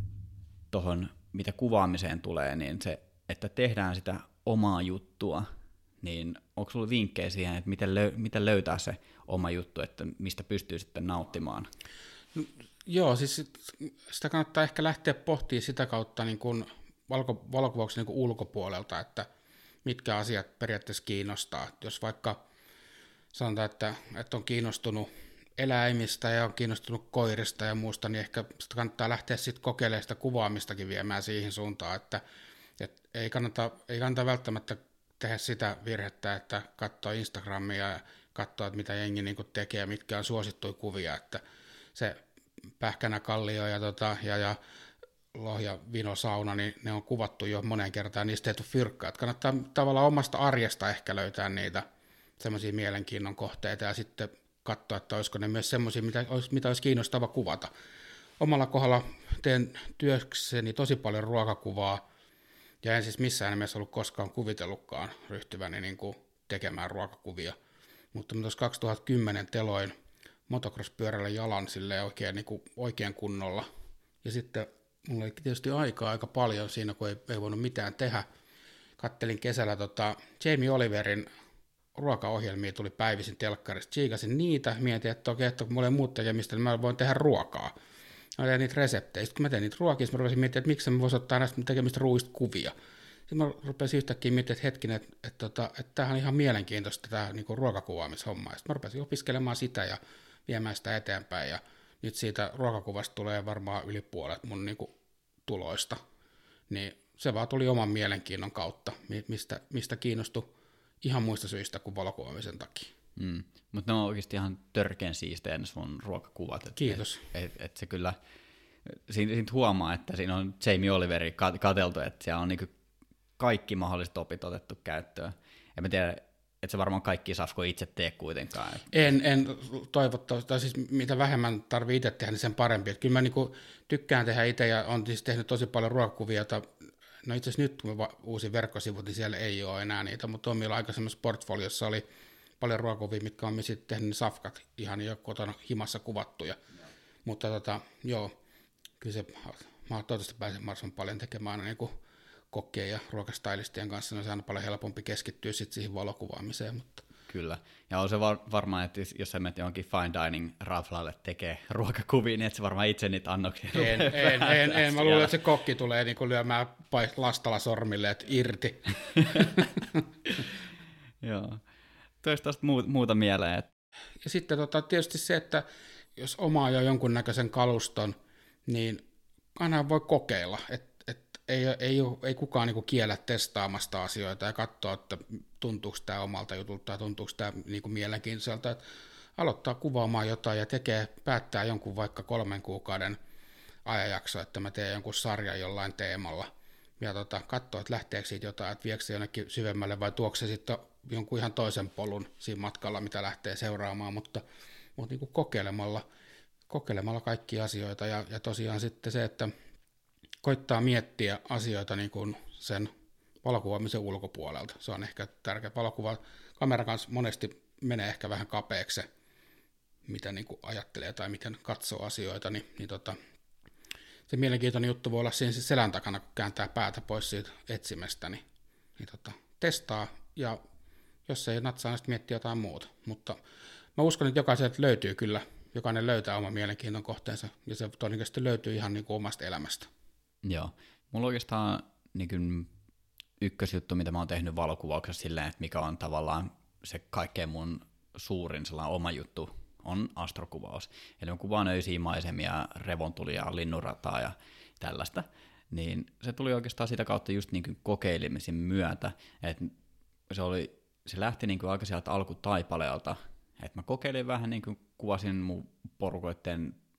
tuohon, mitä kuvaamiseen tulee, niin se, että tehdään sitä omaa juttua, niin onko sinulla vinkkejä siihen, että miten, löy- miten löytää se oma juttu, että mistä pystyy sitten nauttimaan? No, joo, siis sitä kannattaa ehkä lähteä pohtimaan sitä kautta niin kuin valko- valokuvauksen niin kuin ulkopuolelta, että mitkä asiat periaatteessa kiinnostaa. Jos vaikka sanotaan, että, että on kiinnostunut eläimistä ja on kiinnostunut koirista ja muusta, niin ehkä sitä kannattaa lähteä sitten kokeilemaan sitä kuvaamistakin viemään siihen suuntaan, että, että ei, kannata, ei kannata välttämättä tehdä sitä virhettä, että katsoo Instagramia ja katsoo, että mitä jengi niin kuin tekee ja mitkä on suosittuja kuvia, että se pähkänäkallio ja, tota, ja, ja lohja vinosauna, niin ne on kuvattu jo moneen kertaan, niistä ei tule fyrkkaa. Että kannattaa tavallaan omasta arjesta ehkä löytää niitä semmoisia mielenkiinnon kohteita ja sitten katsoa, että olisiko ne myös semmoisia, mitä olisi, mitä olisi kiinnostava kuvata. Omalla kohdalla teen työkseni tosi paljon ruokakuvaa, ja en siis missään nimessä ollut koskaan kuvitellutkaan ryhtyväni niin kuin tekemään ruokakuvia. Mutta tuossa kaksituhattakymmenen teloin motocross-pyörällä jalan silleen oikein, niin kuin oikein kunnolla. Ja sitten mulla oli tietysti aikaa aika paljon siinä, kun ei, ei voinut mitään tehdä. Kattelin kesällä tota Jamie Oliverin ruokaohjelmia, tuli päivisin telkkarista, tsiikasin niitä, mietin, että okei, että kun mulla ei muut tekemistä, niin mä voin tehdä ruokaa. Mä tein niitä reseptejä. Sitten kun mä tein niitä ruokia, mä rupesin miettimään, että miksi mä voisin ottaa näistä tekemistä ruuista kuvia. Sitten mä rupesin yhtäkkiä miettimään, että hetkinen, että, että, että, että tämähän on ihan mielenkiintoista, tämä niin kuin ruokakuvaamishomma. Sitten mä rupesin opiskelemaan sitä ja viemään sitä eteenpäin. Ja nyt siitä ruokakuvasta tulee varmaan yli puolet mun niin kuin tuloista. Niin se vaan tuli oman mielenkiinnon kautta, mistä, mistä kiinnostui ihan muista syistä kuin valokuvaamisen takia. Mm. Mutta ne on oikeasti ihan törkeän siistejä ne sun ruokakuvat. Et, Kiitos. Et, et, et se kyllä, siinä, siinä huomaa, että siinä on Jamie Oliveri katseltu, että siellä on niinku kaikki mahdolliset opit otettu käyttöön. En mä tiedä, että se varmaan kaikki safko itse tee kuitenkaan. En, en toivottavasti, tai siis mitä vähemmän tarvii itse tehdä, niin sen parempi. Et kyllä mä niinku tykkään tehdä itse ja on siis tehnyt tosi paljon ruokakuvia, jota no itse asiassa nyt kun mä uusin verkkosivut, niin siellä ei ole enää niitä, mutta on meillä aikaisemmassa portfoliossa oli paljon ruokakuvia, mitkä on me sitten tehnyt ne safkat ihan jo kotona himassa kuvattuja. No. Mutta tota, joo, kyllä se, mä toivottavasti pääsen mahdollisimman paljon tekemään aina niin kokkien ja ruokastylistien kanssa, niin se on aina paljon helpompi keskittyä sitten siihen valokuvaamiseen. Mutta. Kyllä, ja on se var- varmaan, että jos sä menet johonkin fine dining raflalle tekee ruokakuvia, niin et sä varmaan itse niitä annoksia. En, en, en, en, mä luulen, että se kokki tulee niin lyömään lastalla sormille, että irti. Joo, toista tästä muuta mieleen. Että. Ja sitten tota, tietysti se, että jos omaa jo jonkunnäköisen kaluston, niin aina voi kokeilla, että Ei, ei, ei kukaan niin kuin kiellä testaamasta asioita ja katsoa, että tuntuuko tämä omalta jutulta tai tuntuuko tämä niin kuin mielenkiintoiselta. Että aloittaa kuvaamaan jotain ja tekee, päättää jonkun vaikka kolmen kuukauden ajanjakso, että mä teen jonkun sarjan jollain teemalla. Ja tota, katsoa, että lähteekö siitä jotain, että viekö se jonnekin syvemmälle vai tuokse se sitten jonkun ihan toisen polun siinä matkalla, mitä lähtee seuraamaan, mutta, mutta niin kuin kokeilemalla, kokeilemalla kaikkia asioita. Ja, ja tosiaan sitten se, että koittaa miettiä asioita niin kuin sen valokuvaamisen ulkopuolelta. Se on ehkä tärkeä. Valokuva kameran kanssa monesti menee ehkä vähän kapeaksi se, mitä niin kuin ajattelee tai miten katsoo asioita. Niin, niin tota, se mielenkiintoinen juttu voi olla siinä siis selän takana, kun kääntää päätä pois siitä etsimestä, niin, niin tota, testaa ja jos ei natsaa, niin miettiä jotain muuta. Mutta mä uskon, että jokaiselta löytyy kyllä, jokainen löytää oman mielenkiinnon kohteensa ja se todennäköisesti löytyy ihan niin kuin omasta elämästä. Joo. Mulla oikeastaan niin kuin ykkösjuttu, mitä mä oon tehnyt valokuvauksessa silleen, että mikä on tavallaan se kaikkein mun suurin sellainen oma juttu, on astrokuvaus. Eli mä kuvaan öisiä maisemia, revontulia, linnunrataa ja tällaista. Niin se tuli oikeastaan sitä kautta just niin kuin kokeilemisen myötä, että se, oli, se lähti niin kuin aika sieltä alkutaipaleelta, että mä kokeilin vähän, niin kuin kuvasin mun porukoitten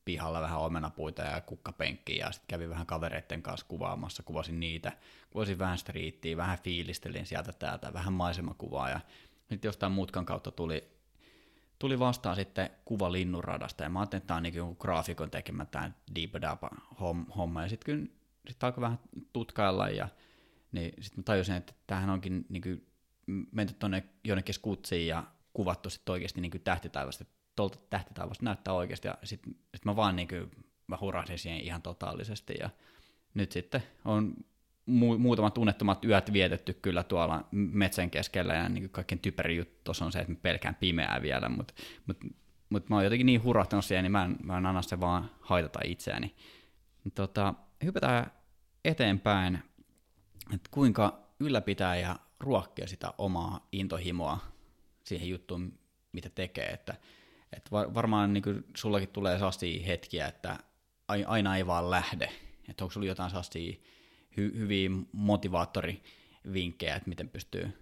pihalla vähän omenapuita ja kukkapenkkiä ja sitten kävin vähän kavereiden kanssa kuvaamassa, kuvasin niitä, kuvasin vähän striittiä, vähän fiilistelin sieltä täältä, vähän maisemakuvaa ja sitten jostain mutkan kautta tuli, tuli vastaan sitten kuva Linnunradasta ja mä ajattelin, että tämä on niin kuin graafikon tekemä tämä Deep homma ja sitten kyllä sit alkoi vähän tutkailla ja niin sitten mä tajusin, että tämähän onkin niin kuin menty tuonne jonnekin skutsiin ja kuvattu sitten oikeasti niin kuin tähtitaivasta, tuolta tähtitaivasta näyttää oikeasti, ja sitten sit mä vaan niin kuin, mä hurahdin siihen ihan totaalisesti, ja nyt sitten on mu- muutamat tunnettomat yöt vietetty kyllä tuolla metsän keskellä, ja niin kuin kaikkein typerin juttu tuossa on se, että mä pelkään pimeää vielä, mutta mut, mut mä oon jotenkin niin hurahtanut siihen, niin mä en, mä en anna se vaan haitata itseäni. Tota, hypätään eteenpäin, että kuinka ylläpitää ja ruokkia sitä omaa intohimoa siihen juttuun, mitä tekee, että et varmaan niin kuin sullakin tulee sellaisia hetkiä, että aina ei vaan lähde, että onko sulla jotain sellaisia hy- hyviä motivaattorivinkkejä, että miten pystyy?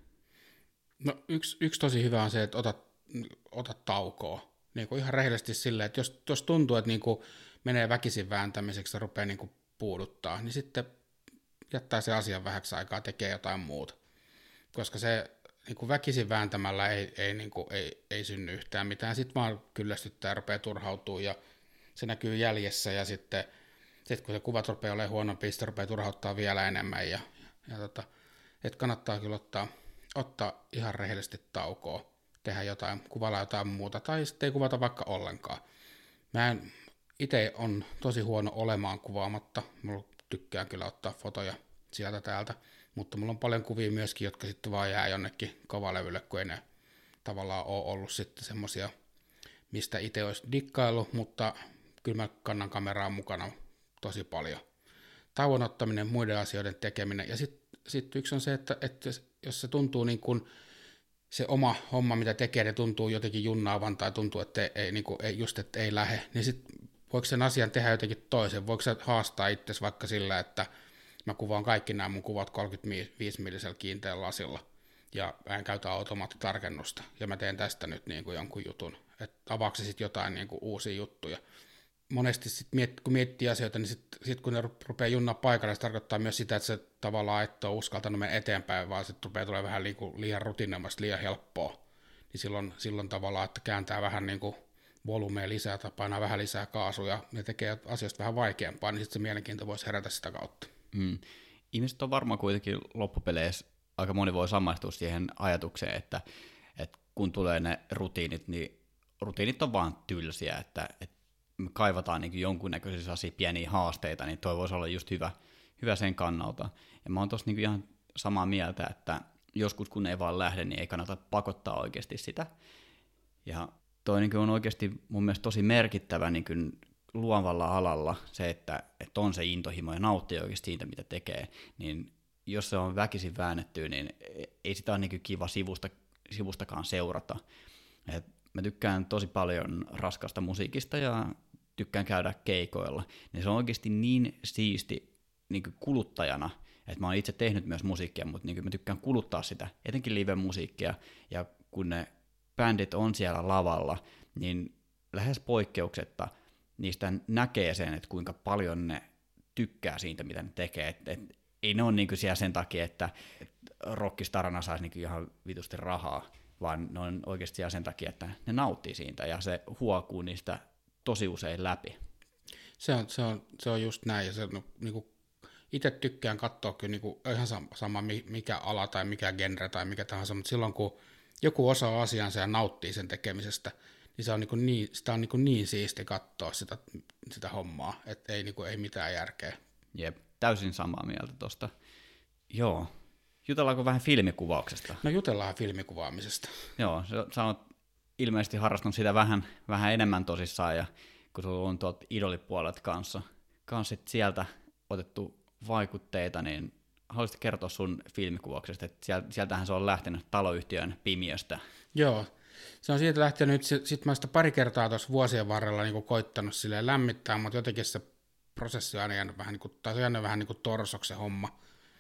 No yksi, yksi tosi hyvä on se, että otat, otat taukoa, niin kuin ihan rehellisesti silleen, että jos, jos tuntuu, että niin kuin menee väkisin vääntämiseksi ja rupeaa niin kuin puuduttaa, niin sitten jättää se asian vähäksi aikaa, tekee jotain muuta, koska se niin kuin väkisin vääntämällä ei, ei, niin kuin, ei, ei synny yhtään mitään, sitten vaan kyllästyttää ja rupeaa turhautumaan ja se näkyy jäljessä ja sitten sit kun se kuvat rupeaa olemaan huonompi, sitten rupeaa turhauttaa vielä enemmän ja, ja tota, että kannattaa kyllä ottaa, ottaa ihan rehellisesti taukoa, tehdä jotain, kuvalla jotain muuta tai sitten ei kuvata vaikka ollenkaan. Mä en, itse on tosi huono olemaan kuvaamatta, mulla tykkään kyllä ottaa fotoja sieltä täältä, mutta mulla on paljon kuvia myöskin, jotka sitten vaan jää jonnekin kovalevylle, kun ei ne tavallaan ole ollut sitten semmosia, mistä itse olisi dikkaillut, mutta kyllä mä kannan kameraa mukana tosi paljon. Tauon ottaminen, muiden asioiden tekeminen, ja sitten sit yksi on se, että, että jos se tuntuu niin kuin se oma homma, mitä tekee, ne tuntuu jotenkin junnaavan tai tuntuu, että ei, niin kuin, ei, just että ei lähe, niin sitten voiko sen asian tehdä jotenkin toisen? Voiko sä haastaa itsesi vaikka sillä, että mä kuvaan kaikki nämä mun kuvat kolmekymmentäviisi millisellä kiinteällä lasilla ja mä en käytä automaattitarkennusta ja mä teen tästä nyt niin kuin jonkun jutun, että avaako se sitten jotain niin kuin uusia juttuja. Monesti sit miet, kun miettii asioita, niin sitten sit kun ne rupeaa junnaa paikalle, se tarkoittaa myös sitä, että se tavallaan et ole uskaltanut mennä eteenpäin, vaan sitten rupeaa tulemaan vähän liiku, liian rutiinoimasta, liian helppoa. Niin silloin, silloin tavallaan, että kääntää vähän niin kuin volumea lisää tai painaa vähän lisää kaasuja ja tekee asioista vähän vaikeampaa, niin sitten se mielenkiinto voisi herätä sitä kautta. Mm. Ihmiset on varmaan kuitenkin loppupeleissä, aika moni voi samaistua siihen ajatukseen, että, että kun tulee ne rutiinit, niin rutiinit on vaan tylsiä, että, että me kaivataan niin jonkunnäköisiä sellaisia pieniä haasteita, niin toi voisi olla just hyvä, hyvä sen kannalta. Ja mä oon tossa niin ihan samaa mieltä, että joskus kun ei vaan lähde, niin ei kannata pakottaa oikeasti sitä. Ja toi niin on oikeasti mun mielestä tosi merkittävä niin luovalla alalla se, että, että on se intohimo ja nauttii oikeasti siitä, mitä tekee, niin jos se on väkisin väännetty, niin ei sitä ole niin kiva sivusta, sivustakaan seurata. Et mä tykkään tosi paljon raskasta musiikista ja tykkään käydä keikoilla, niin se on oikeasti niin siisti niin kuluttajana, että mä oon itse tehnyt myös musiikkia, mutta niin mä tykkään kuluttaa sitä, etenkin live-musiikkia, ja kun ne bändit on siellä lavalla, niin lähes poikkeuksetta niistä näkee sen, että kuinka paljon ne tykkää siitä, mitä ne tekee. Et, et, ei ne ole niinku siellä sen takia, että et rockistarana saisi niinku ihan vitusti rahaa, vaan ne on oikeasti siellä sen takia, että ne nauttii siitä, ja se huokuu niistä tosi usein läpi. Se on, se on, se on just näin, ja se on niinku, itse tykkään katsoa kyllä niinku, ihan sama mikä ala tai mikä genre tai mikä tahansa, mutta silloin kun joku osaa asiansa ja nauttii sen tekemisestä, niin, se on niin, niin sitä on niin, niin siisti katsoa sitä, sitä hommaa, että ei, niin ei mitään järkeä. Jep, täysin samaa mieltä tosta. Joo, jutellaanko vähän filmikuvauksesta? No jutellaan filmikuvaamisesta. Joo, sä oot ilmeisesti harrastanut sitä vähän, vähän enemmän tosissaan, ja kun sulla on tuolta idolipuolet kanssa, kanssa sieltä otettu vaikutteita, niin haluaisit kertoa sun filmikuvauksesta, että sieltähän se on lähtenyt taloyhtiön pimiöstä. Joo, se on siitä lähtenyt, sitten mä sitä pari kertaa tuossa vuosien varrella niin koittanut silleen lämmittää, mutta jotenkin se prosessi on aina jäänyt vähän, niin kuin, tai se on jäänyt vähän niin kuin torsoksi se homma.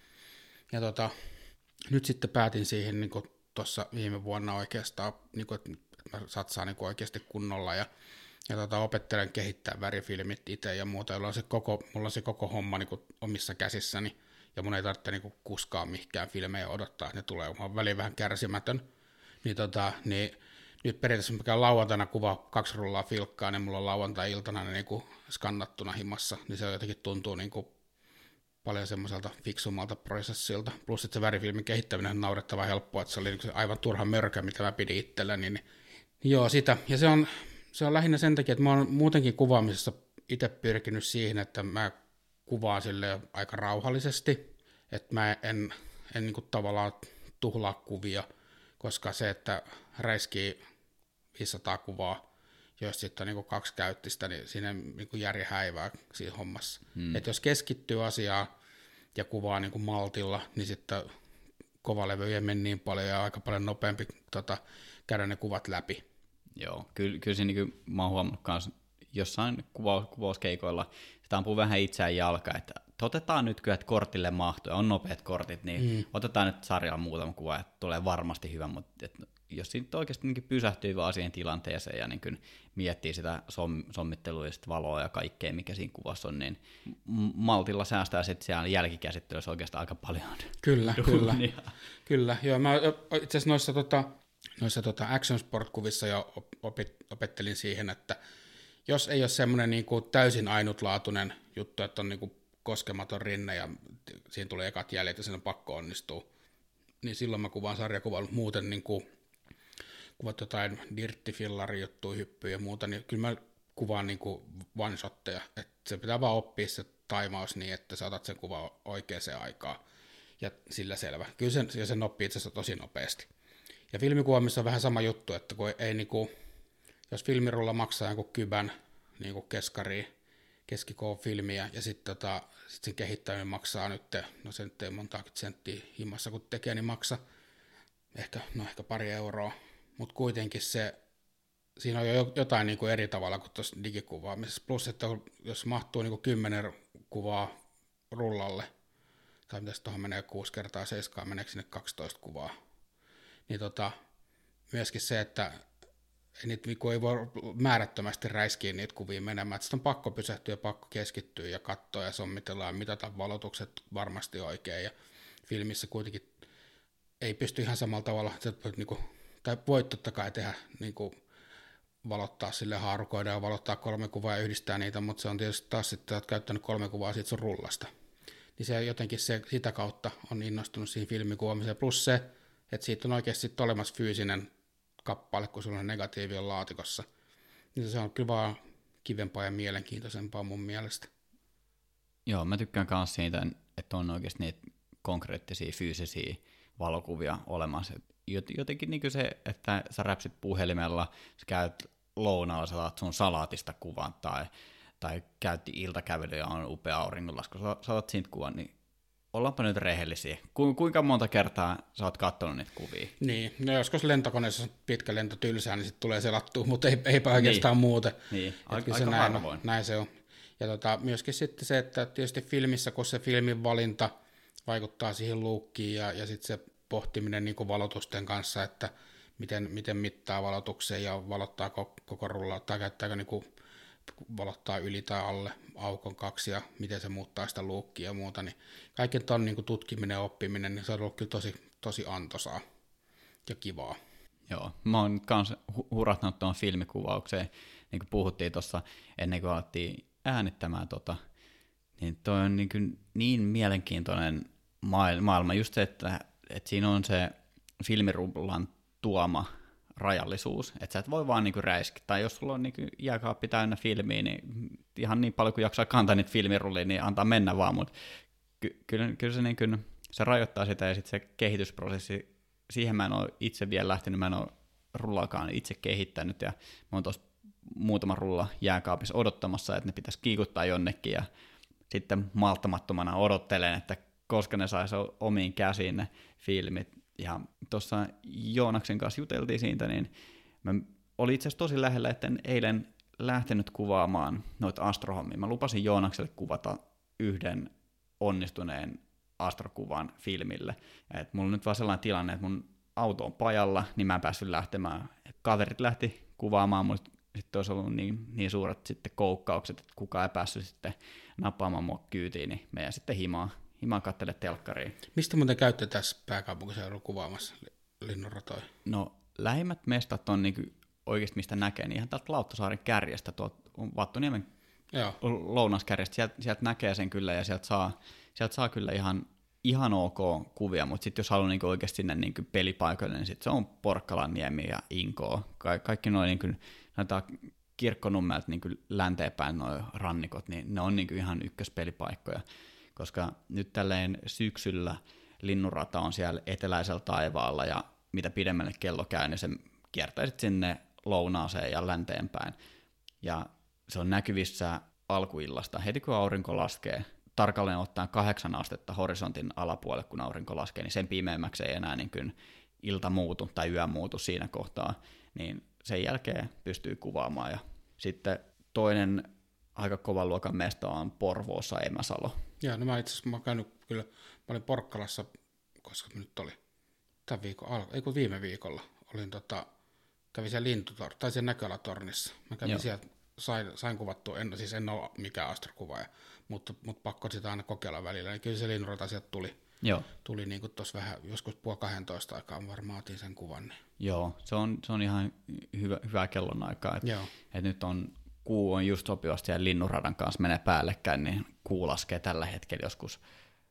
Ja tota, nyt sitten päätin siihen niin tuossa viime vuonna oikeastaan, niin kuin, että mä satsaan niin oikeasti kunnolla ja, ja tota, opettelen kehittää värifilmit itse ja muuta, jolla on se koko, mulla on se koko homma niin kuin omissa käsissäni, ja mun ei tarvitse niin kuin kuskaa mihinkään filmejä odottaa, että ne tulee, mä oon väliin vähän kärsimätön, niin, tota, niin nyt periaatteessa mikä on lauantaina kuva kaksi rullaa filkkaa, niin mulla on lauantai-iltana ne niin kuin skannattuna himassa, niin se jotenkin tuntuu niin kuin paljon semmoiselta fiksummalta prosessilta, plus että se värifilmin kehittäminen on naurettavan helppoa, että se oli niin aivan turha mörkä, mitä mä pidin itselleni, niin, niin joo, sitä, ja se on, se on lähinnä sen takia, että mä oon muutenkin kuvaamisessa itse pyrkinyt siihen, että mä kuvaan sille aika rauhallisesti, että mä en, en niin kuin tavallaan tuhlaa kuvia, koska se, että räiskii viisisataa kuvaa, jos sitten on niin kaksi käyttistä, niin siinä niin järjen häivää siinä hommassa. Hmm. Että jos keskittyy asiaan ja kuvaa niin maltilla, niin sitten kovalevyjä meni niin paljon ja aika paljon nopeampi tota, käydä ne kuvat läpi. Joo, kyllä, kyllä se niin mä oon huomannut kanssa jossain kuvaus, kuvauskeikoilla, sitä ampuu vähän itseään jalka, että otetaan nyt kyllä, että kortille mahtuu, ja on nopeat kortit, niin mm. otetaan nyt sarjalla muutama kuva, että tulee varmasti hyvä, mutta että jos siinä oikeasti niin pysähtyy vaan siihen tilanteeseen ja niin miettii sitä som, sommittelua ja valoa ja kaikkea, mikä siinä kuvassa on, niin maltilla säästää sitten siellä jälkikäsittelyssä oikeastaan aika paljon. Kyllä, kyllä. Kyllä, joo, mä itse asiassa noissa, tota, noissa tota action sport-kuvissa jo opit, opettelin siihen, että jos ei ole semmoinen niin kuin täysin ainutlaatuinen juttu, että on niin kuin koskematon rinne ja siinä tulee ekat jäljet ja sen on pakko onnistua, niin silloin mä kuvaan sarjakuvalla muuten niin kuin kuvat jotain dirttifillari-juttuja, hyppyjä ja muuta, niin kyllä mä kuvaan niin kuin one-shotteja, että se pitää vaan oppia se taimaus niin, että sä otat sen kuvan oikeaan aikaan ja sillä selvä. Kyllä sen, ja sen oppii itse asiassa tosi nopeasti. Ja filmikuvaamissa on vähän sama juttu, että kun ei niin kuin, jos filmirulla maksaa jonkun kybän niin kuin keskariin, keskikoon filmiä, ja sitten tota, sit sen kehittäminen maksaa nyt, no se nyt ei monta senttiä himmassa kun tekee, niin maksaa ehkä, no ehkä pari euroa, mutta kuitenkin se, siinä on jo jotain niin kuin eri tavalla kuin tuossa digikuvaamisessa, plus että jos mahtuu niin kuin kymmenen kuvaa rullalle, tai mitäs tuohon menee kuusi kertaa seiskaan, meneekö sinne kaksitoista kuvaa, niin tota, myöskin se, että niitä ei voi määrättömästi räiskiä niitä kuvia menemään, että sitten on pakko pysähtyä ja pakko keskittyä ja katsoa ja sommitella ja mitata valotukset varmasti oikein, ja filmissä kuitenkin ei pysty ihan samalla tavalla, että niin kuin, tai voi totta kai tehdä, niin kuin, valottaa sille haarukoida ja valottaa kolme kuvaa ja yhdistää niitä, mutta se on tietysti taas sitten, että olet käyttänyt kolme kuvaa siitä sun rullasta. Niin se jotenkin se, sitä kautta on innostunut siihen filmikuvaamiseen, plus se, että siitä on oikeasti olemassa fyysinen kappale, kun sulla on negatiivi on laatikossa. Niin se on kyllä vaan kivempaa ja mielenkiintoisempaa mun mielestä. Joo, mä tykkään myös siitä, että on oikeasti niitä konkreettisia fyysisiä valokuvia olemassa. Jotenkin niin kuin se, että sä räpsit puhelimella, sä käyt lounaalla, sä saat sun salaatista kuvan, tai, tai käytti iltakävely ja on upea auringonlasku, sä saat siitä kuvan, niin ollaanpa nyt rehellisiä. Ku, kuinka monta kertaa sä oot katsonut niitä kuvia? Niin, no joskus lentokoneessa pitkä lento tylsää, niin sitten tulee selattua, mutta ei, eipä oikeastaan niin. muuten. Niin, aika, se aika näin, harvoin. Näin se on. Ja tota, myöskin sitten se, että tietysti filmissä, kun se filmin valinta vaikuttaa siihen luukkiin ja, ja sitten se pohtiminen niin kuin valotusten kanssa, että miten, miten mittaa valotukseen ja valottaa koko, koko rullaa, tai käyttääkö niin kuin valottaa yli tai alle aukon kaksi ja miten se muuttaa sitä luukkia ja muuta, niin kaiken ton niin kuin tutkiminen ja oppiminen, niin se on ollut kyllä tosi, tosi antoisaa ja kivaa. Joo, mä oon kans hurattanut tuon filmikuvaukseen, niin kuin puhuttiin tuossa ennen kuin alettiin äänittämään tota, niin toi on niin, kuin niin mielenkiintoinen maailma, just se, että, että siinä on se filmirullan tuoma rajallisuus, että sä et voi vaan niinku räiskiä, tai jos sulla on niinku jääkaappi täynnä filmiä, niin ihan niin paljon kuin jaksaa kantaa niitä filmirullia, niin antaa mennä vaan, mutta ky- kyllä, kyllä se, niinku, se rajoittaa sitä, ja sitten se kehitysprosessi, siihen mä en ole itse vielä lähtenyt, mä en ole rullaakaan itse kehittänyt, ja mä oon tuossa muutama rulla jääkaapissa odottamassa, että ne pitäisi kiikuttaa jonnekin, ja sitten malttamattomana odottelen, että koska ne saisi omiin käsiin ne filmit. Ja tuossa Joonaksen kanssa juteltiin siitä, niin mä olin itse asiassa tosi lähellä, että en eilen lähtenyt kuvaamaan noita astrohommia. Mä lupasin Joonakselle kuvata yhden onnistuneen astrokuvan filmille. Et mulla on nyt vaan sellainen tilanne, että mun auto on pajalla, niin mä en päässyt lähtemään. Kaverit lähti kuvaamaan, mutta sitten olisi ollut niin, niin suuret sitten koukkaukset, että kukaan ei päässyt sitten nappaamaan mua kyytiin, niin meidän sitten himaa, himaa katselle telkkariin. Mistä muuten käytte tässä pääkaupunkiseudulla kuvaamassa linnunratoja? No lähimmät mestat on niin oikeasti mistä näkee, niin ihan täältä Lauttasaaren kärjestä, tuolta Vattuniemen Joo. lounaskärjestä, sieltä, sieltä näkee sen kyllä ja sieltä saa, sieltä saa kyllä ihan, ihan ok kuvia, mutta sitten jos haluaa niin oikeasti sinne niin pelipaikoille, niin sitten se on Porkkalanniemi ja Inkoo. Ka- kaikki noin niin näitä Kirkkonummelta niin länteenpäin nuo rannikot, niin ne on niin ihan ykköspelipaikkoja, koska nyt tälleen syksyllä linnunrata on siellä eteläisellä taivaalla ja mitä pidemmälle kello käy, niin se kiertää sitten sinne lounaaseen ja länteenpäin. Ja se on näkyvissä alkuillasta. Heti kun aurinko laskee, tarkalleen ottaen kahdeksan astetta horisontin alapuolelle, kun aurinko laskee, niin sen pimeämmäksi ei enää niin kuin ilta muutu tai yö muutu siinä kohtaa. Niin sen jälkeen pystyy kuvaamaan. Ja sitten toinen aika kovan luokan mesta on Porvoossa Emäsalo. Joo, no mä itse asiassa mä oon käynyt kyllä, mä olin Porkkalassa, koska nyt oli tämän viikon alku, ei kun viime viikolla, olin tota, kävin siellä lintutor, tai siellä näköalatornissa. Mä kävin Joo. siellä, sain, sain kuvattua, en, siis en ole mikään astrokuvaaja, mutta, mutta pakko sitä aina kokeilla välillä, niin kyllä se linnunrata sieltä tuli. Joo. Tuli niin kuin tuossa vähän, joskus puoli kahdentoista aikaan varmaan otin sen kuvan. Niin. Joo, se on, se on ihan hyvä, hyvä kellonaikaa, että et nyt on, kuu on just sopivasti siellä linnunradan kanssa menee päällekkäin, niin kuu laskee tällä hetkellä joskus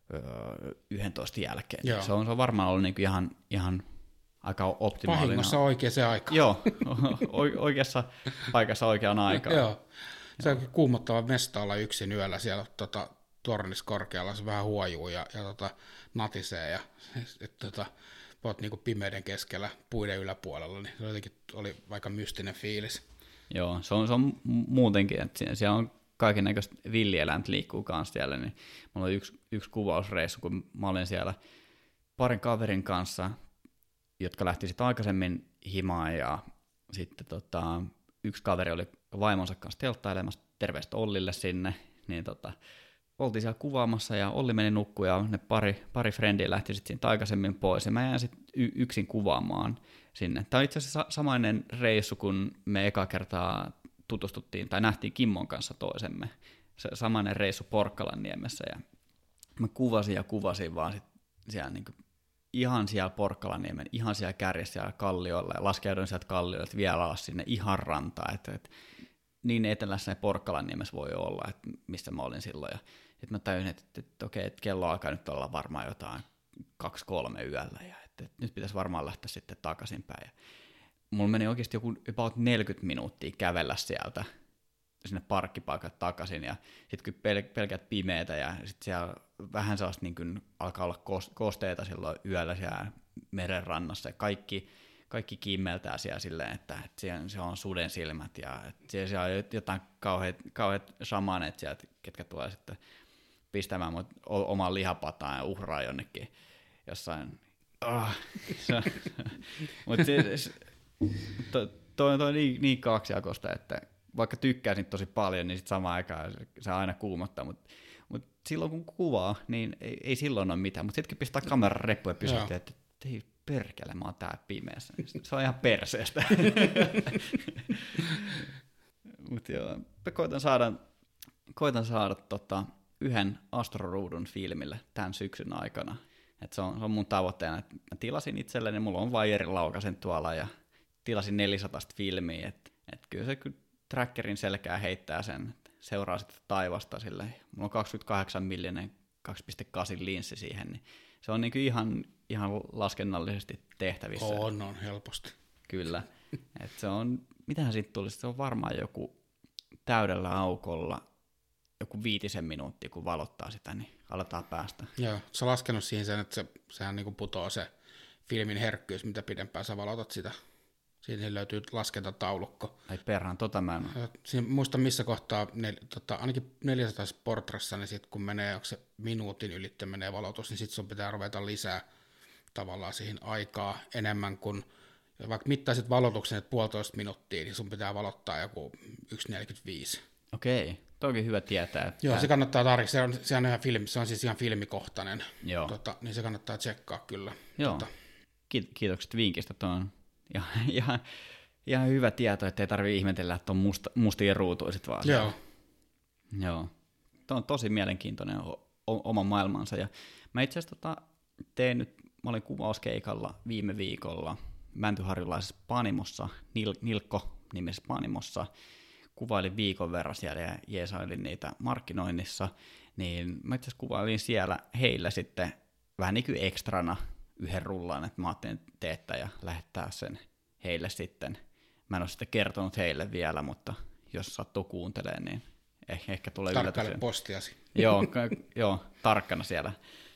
öö, yksitoista jälkeen. Se on, se on varmaan ollut niinku ihan, ihan aika optimaalinen. Vahingossa oikeaan se aika. Joo, oikeassa paikassa oikeaan aikaan. Joo, se on kuumottava mesta olla yksin yöllä siellä tota, tornissa korkealla, se vähän huojuu ja, ja tota, natisee ja et, tota, olet niinku pimeyden keskellä puiden yläpuolella, niin se jotenkin oli aika mystinen fiilis. Joo, se on, se on muutenkin, että siellä on kaikennäköistä villieläintä liikkuu kanssa siellä, niin mulla oli yksi, yksi kuvausreissu, kun mä olin siellä parin kaverin kanssa, jotka lähti sitten aikaisemmin himaan, ja sitten tota, yksi kaveri oli vaimonsa kanssa telttailemassa, terveistä Ollille sinne, niin tota, oltiin siellä kuvaamassa, ja Olli meni nukkuun, ja ne pari, pari frendiä lähti sitten siitä aikaisemmin pois, ja mä jäin sitten y- yksin kuvaamaan sinne. Tämä on itse asiassa samainen reissu, kun me eka kertaa tutustuttiin, tai nähtiin Kimmon kanssa toisemme. Se samainen reissu Porkkalanniemessä, ja mä kuvasin ja kuvasin vaan sit siellä niinku ihan siellä Porkkalanniemen, ihan siellä kärjessä siellä kalliolla, ja laskeuduin sieltä kalliolla vielä alas sinne ihan rantaan, että et, niin etelässä Porkkalanniemessä voi olla, että missä mä olin silloin, ja sitten mä tajusin, että, että, että okei, että kello alkaa nyt olla varmaan jotain kaksi kolme yöllä, ja että, että nyt pitäisi varmaan lähteä sitten takaisinpäin. Ja mulla meni oikeasti joku about neljäkymmentä minuuttia kävellä sieltä sinne parkkipaikalle takaisin, ja sitten kun pel- pelkät pimeätä, ja sitten siellä vähän sellaista niin kuin alkaa olla kosteita silloin yöllä siellä meren rannassa, ja kaikki, kaikki kimmeltää siellä silleen, että, että siellä, siellä on suden silmät, ja että siellä, siellä on jotain kauheat, kauheat shamaneet sieltä, ketkä tulee sitten pistämään mut omaan lihapataan ja uhraa jonnekin jossain. Oh, mutta se, toi, toi on niin, niin kaksijakoista, että vaikka tykkäisin tosi paljon, niin sitten samaan aikaan se, se aina kuumottaa, mutta mut silloin kun kuvaa, niin ei, ei silloin ole mitään, mutta sitten kun pistää kameran reppuun ja pysähtyy, että ei perkele, mä oon täällä pimeässä, se on ihan perseestä. Mutta joo, mä koitan saada, koitan saada tota, yhden Astroruudun filmille tämän syksyn aikana. Et se, on, se on mun tavoitteena, että mä tilasin itselleni, mulla on Wiren laukasen tuolla ja tilasin neljäsataa filmiä, että et kyllä se kyllä trackerin selkää heittää sen, että seuraa sitä taivasta sille. Mulla on kaksikymmentäkahdeksan millinen kaksi pilkku kahdeksan linssi siihen, niin se on niinku ihan, ihan laskennallisesti tehtävissä. On, on helposti. Kyllä. Et se on, mitähän siitä tulisi, se on varmaan joku täydellä aukolla, joku viitisen minuuttia, kun valottaa sitä, niin aletaan päästä. Joo, sä laskenut siihen sen, että se, sehän niinku putoaa se filmin herkkyys, mitä pidempään sä valotat sitä. Siinä löytyy laskentataulukko. Ai perään, tota mä en ole. Siinä, muista missä kohtaa, nel, tota, ainakin neljäsataa Portrassa, niin sit kun menee, onko se minuutin ylitte menee valotus, niin sit sun pitää ruveta lisää tavallaan siihen aikaa enemmän kuin, vaikka mittaiset valotuksen, että puolitoista minuuttia, niin sun pitää valottaa joku yksi neljäkymmentäviisi. Okei, toki hyvä tietää. Että Joo, se kannattaa tarkistaa, se on, se on, ihan film, se on siis ihan filmikohtainen, Joo. Tota, niin se kannattaa tsekkaa kyllä. Joo, tota. kiitokset vinkistä, tuo on ihan, ihan, ihan hyvä tieto, että ei tarvitse ihmetellä, että on musta, mustia ruutuiset vaan. Joo. Joo. Tuo on tosi mielenkiintoinen o- o- oma maailmansa. Ja mä itse asiassa tota, tein nyt, mä olin kuvauskeikalla viime viikolla mäntyharjulaisessa panimossa, Nil- Nilkko-nimisessä panimossa. Kuvailin viikon verran siellä ja jeesailin niitä markkinoinnissa. Niin mä itse asiassa kuvailin siellä heillä sitten vähän niin kuin ekstrana yhden rullan, että mä ajattelin teettää ja lähettää sen heille sitten. Mä en ole sitä kertonut heille vielä, mutta jos sattuu kuuntelemaan, niin ehkä, ehkä tulee yllätys. Tarkkaile postiasi. Joo, k- joo, tarkkana siellä.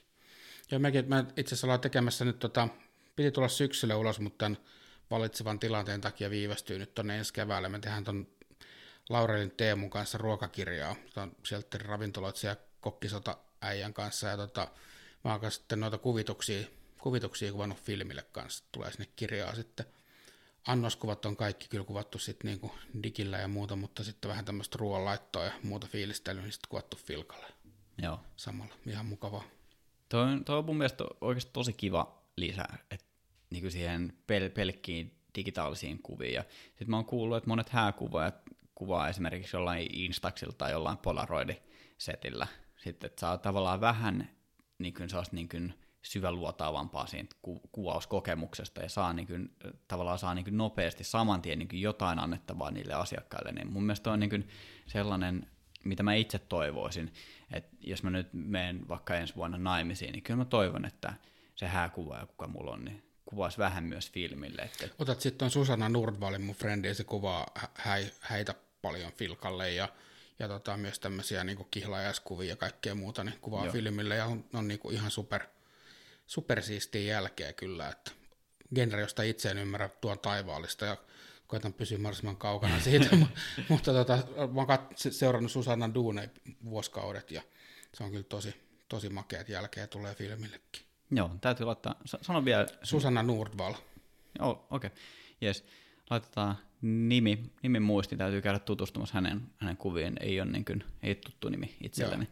Joo, mekin, mä itse asiassa ollaan tekemässä nyt, tota, piti tulla syksyllä ulos, mutta tämän valitsevan tilanteen takia viivästyy nyt tuonne ensi keväälle. Me tehdään tuon Laurelin Teemun kanssa ruokakirjaa, sieltä ravintoloitsija ja kokkisota äijän kanssa, ja tota, mä oon sitten noita kuvituksia, kuvituksia kuvannut filmille kanssa, tulee sinne kirjaa sitten. Annoskuvat on kaikki kyllä kuvattu sitten niinku digillä ja muuta, mutta sitten vähän tämmöistä ruoanlaittoa ja muuta fiilistelyä, niin sitten kuvattu filkalle. Joo. Samalla, ihan mukavaa. Toi, toi on mun mielestä oikeasti tosi kiva lisä, että niin siihen pel- pelkkiin digitaalisiin kuviin. Ja sitten mä oon kuullut, että monet hääkuvaajat kuvaa esimerkiksi jollain Instaxilla tai jollain Polaroid-setillä. Sitten, että saa tavallaan vähän niin kuin sellaista niin kuin syväluotaavampaa siitä ku- kuvauskokemuksesta ja saa niin kuin, tavallaan saa niin kuin nopeasti saman tien niin kuin jotain annettavaa niille asiakkaille. Niin mun mielestä on niin kuin sellainen, mitä mä itse toivoisin, että jos mä nyt menen vaikka ensi vuonna naimisiin, niin kyllä mä toivon, että se hääkuvaaja, kuka mulla on, niin kuvaisi vähän myös filmille. Että Otat sitten Susanna Nordvalin, mun frendi, ja se kuvaa hä- häitä paljon filkalle ja, ja tota, myös tämmöisiä niin kihlajaiskuvia ja kaikkea muuta, niin kuvaa Joo. filmille ja on, on niin kuin ihan super, supersiistiä jälkeä kyllä, että genre, josta itse en ymmärrä tuon taivaallista ja koitan pysyä mahdollisimman kaukana siitä, mutta tota, mä oon kat- seurannut Susannan duuneja vuosikaudet ja se on kyllä tosi, tosi makeat jälkeä tulee filmillekin. joo, täytyy laittaa, sano vielä. Susanna Nordval. Joo, okei, okay. Jes. Laitetaan nimi, nimi muistiin, täytyy käydä tutustumassa hänen, hänen kuviin, ei ole niin kuin, ei tuttu nimi itselleni.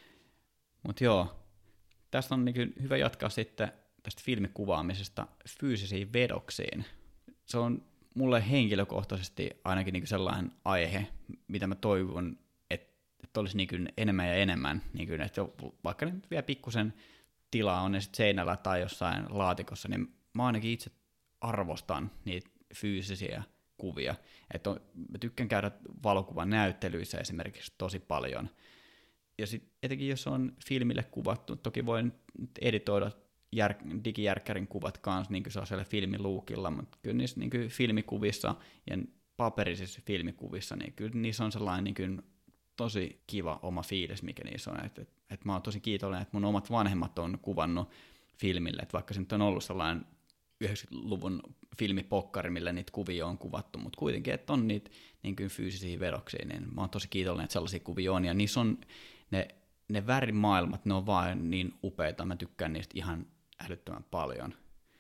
Mutta joo, tästä on niin kuin hyvä jatkaa sitten tästä filmikuvaamisesta fyysisiin vedoksiin. Se on mulle henkilökohtaisesti ainakin niin kuin sellainen aihe, mitä mä toivon, että, että olisi niin kuin enemmän ja enemmän, niin kuin, että vaikka nyt vielä pikkusen tilaa on ne sitten seinällä tai jossain laatikossa, niin mä ainakin itse arvostan niitä fyysisiä kuvia. Että on, mä tykkään käydä valokuvan näyttelyissä esimerkiksi tosi paljon. Ja sitten etenkin jos on filmille kuvattu, toki voin editoida jär, digijärkkärin kuvat kanssa niin kuin sellaisella filmiluukilla, mutta kyllä niissä niin kuin filmikuvissa ja paperisissa filmikuvissa, niin kyllä niissä on sellainen niin kuin tosi kiva oma fiilis, mikä niissä on. Että et, et mä oon tosi kiitollinen, että mun omat vanhemmat on kuvannut filmille, että vaikka se nyt on ollut sellainen yhdeksänkymmentäluvun filmipokkari, millä niitä kuvia on kuvattu, mutta kuitenkin, että on niitä niin kuin fyysisiä vedoksia, niin mä oon tosi kiitollinen, että sellaisia kuvia on, ja niissä on ne, ne värimaailmat, ne on vaan niin upeita, mä tykkään niistä ihan älyttömän paljon.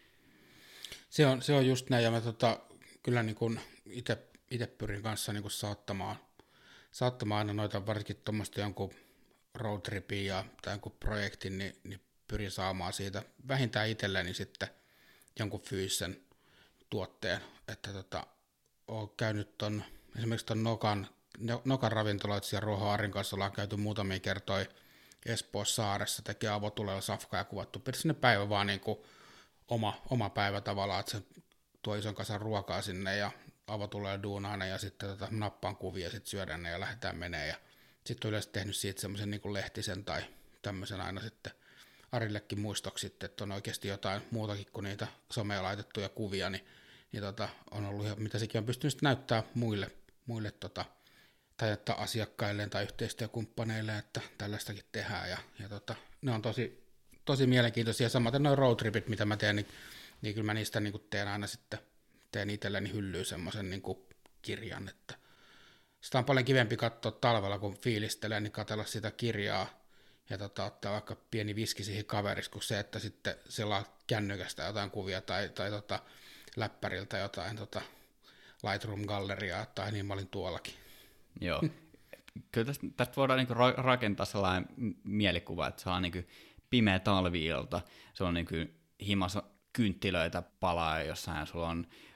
Se on, se on just näin, ja mä tota, kyllä niin itse pyrin kanssa niin saattamaan, saattamaan aina noita, varsinkin tuommoista jonkun roadtripin ja, tai jonkun projektin, niin, niin pyrin saamaan siitä vähintään itselleni sitten jonkun fyysisen tuotteen, että tota, olen käynyt ton, esimerkiksi tuon Nokan, Nokan ravintoloitsija Ruoho Arin kanssa ollaan käyty muutamia kertoja Espoossa saaressa, tekee avotulella safkaa ja kuvattu sinne päivä vaan niin kuin oma, oma päivä tavallaan, että se tuo ison kasan ruokaa sinne ja avotulella duunaan ja sitten tota, nappaan kuvia ja sitten syödään ne ja lähdetään menee ja sitten on yleensä tehnyt siitä semmoisen niin kuin lehtisen tai tämmöisen aina sitten Arillekin muistoksi, että on oikeasti jotain muutakin kuin niitä somea laitettuja kuvia, niin, niin tota, on ollut ihan, mitä sekin on pystynyt näyttää muille, muille tota, tai että asiakkailleen tai yhteistyökumppaneille, että tällaistakin tehdään, ja, ja tota, ne on tosi, tosi mielenkiintoisia, samaten nuo roadtripit, mitä mä teen, niin, niin kyllä mä niistä niin kuin teen aina sitten, teen itselleni hyllyyn semmoisen niin kuin kirjan, että sitä on paljon kivempi katsoa talvella, kun fiilistelee, niin katsella sitä kirjaa, ja tota, ottaa vaikka pieni viski siihen kaveriksi, kun se, että sitten selaa kännykästä jotain kuvia tai, tai tota, läppäriltä jotain tota, Lightroom-galleriaa, tai niin mä olin tuollakin. Joo. Kyllä tästä, tästä voidaan niinku ra- rakentaa sellainen mielikuva, että se on niinku pimeä talvi-ilta, se on niinku himassa kynttilöitä palaa jossain, sulla on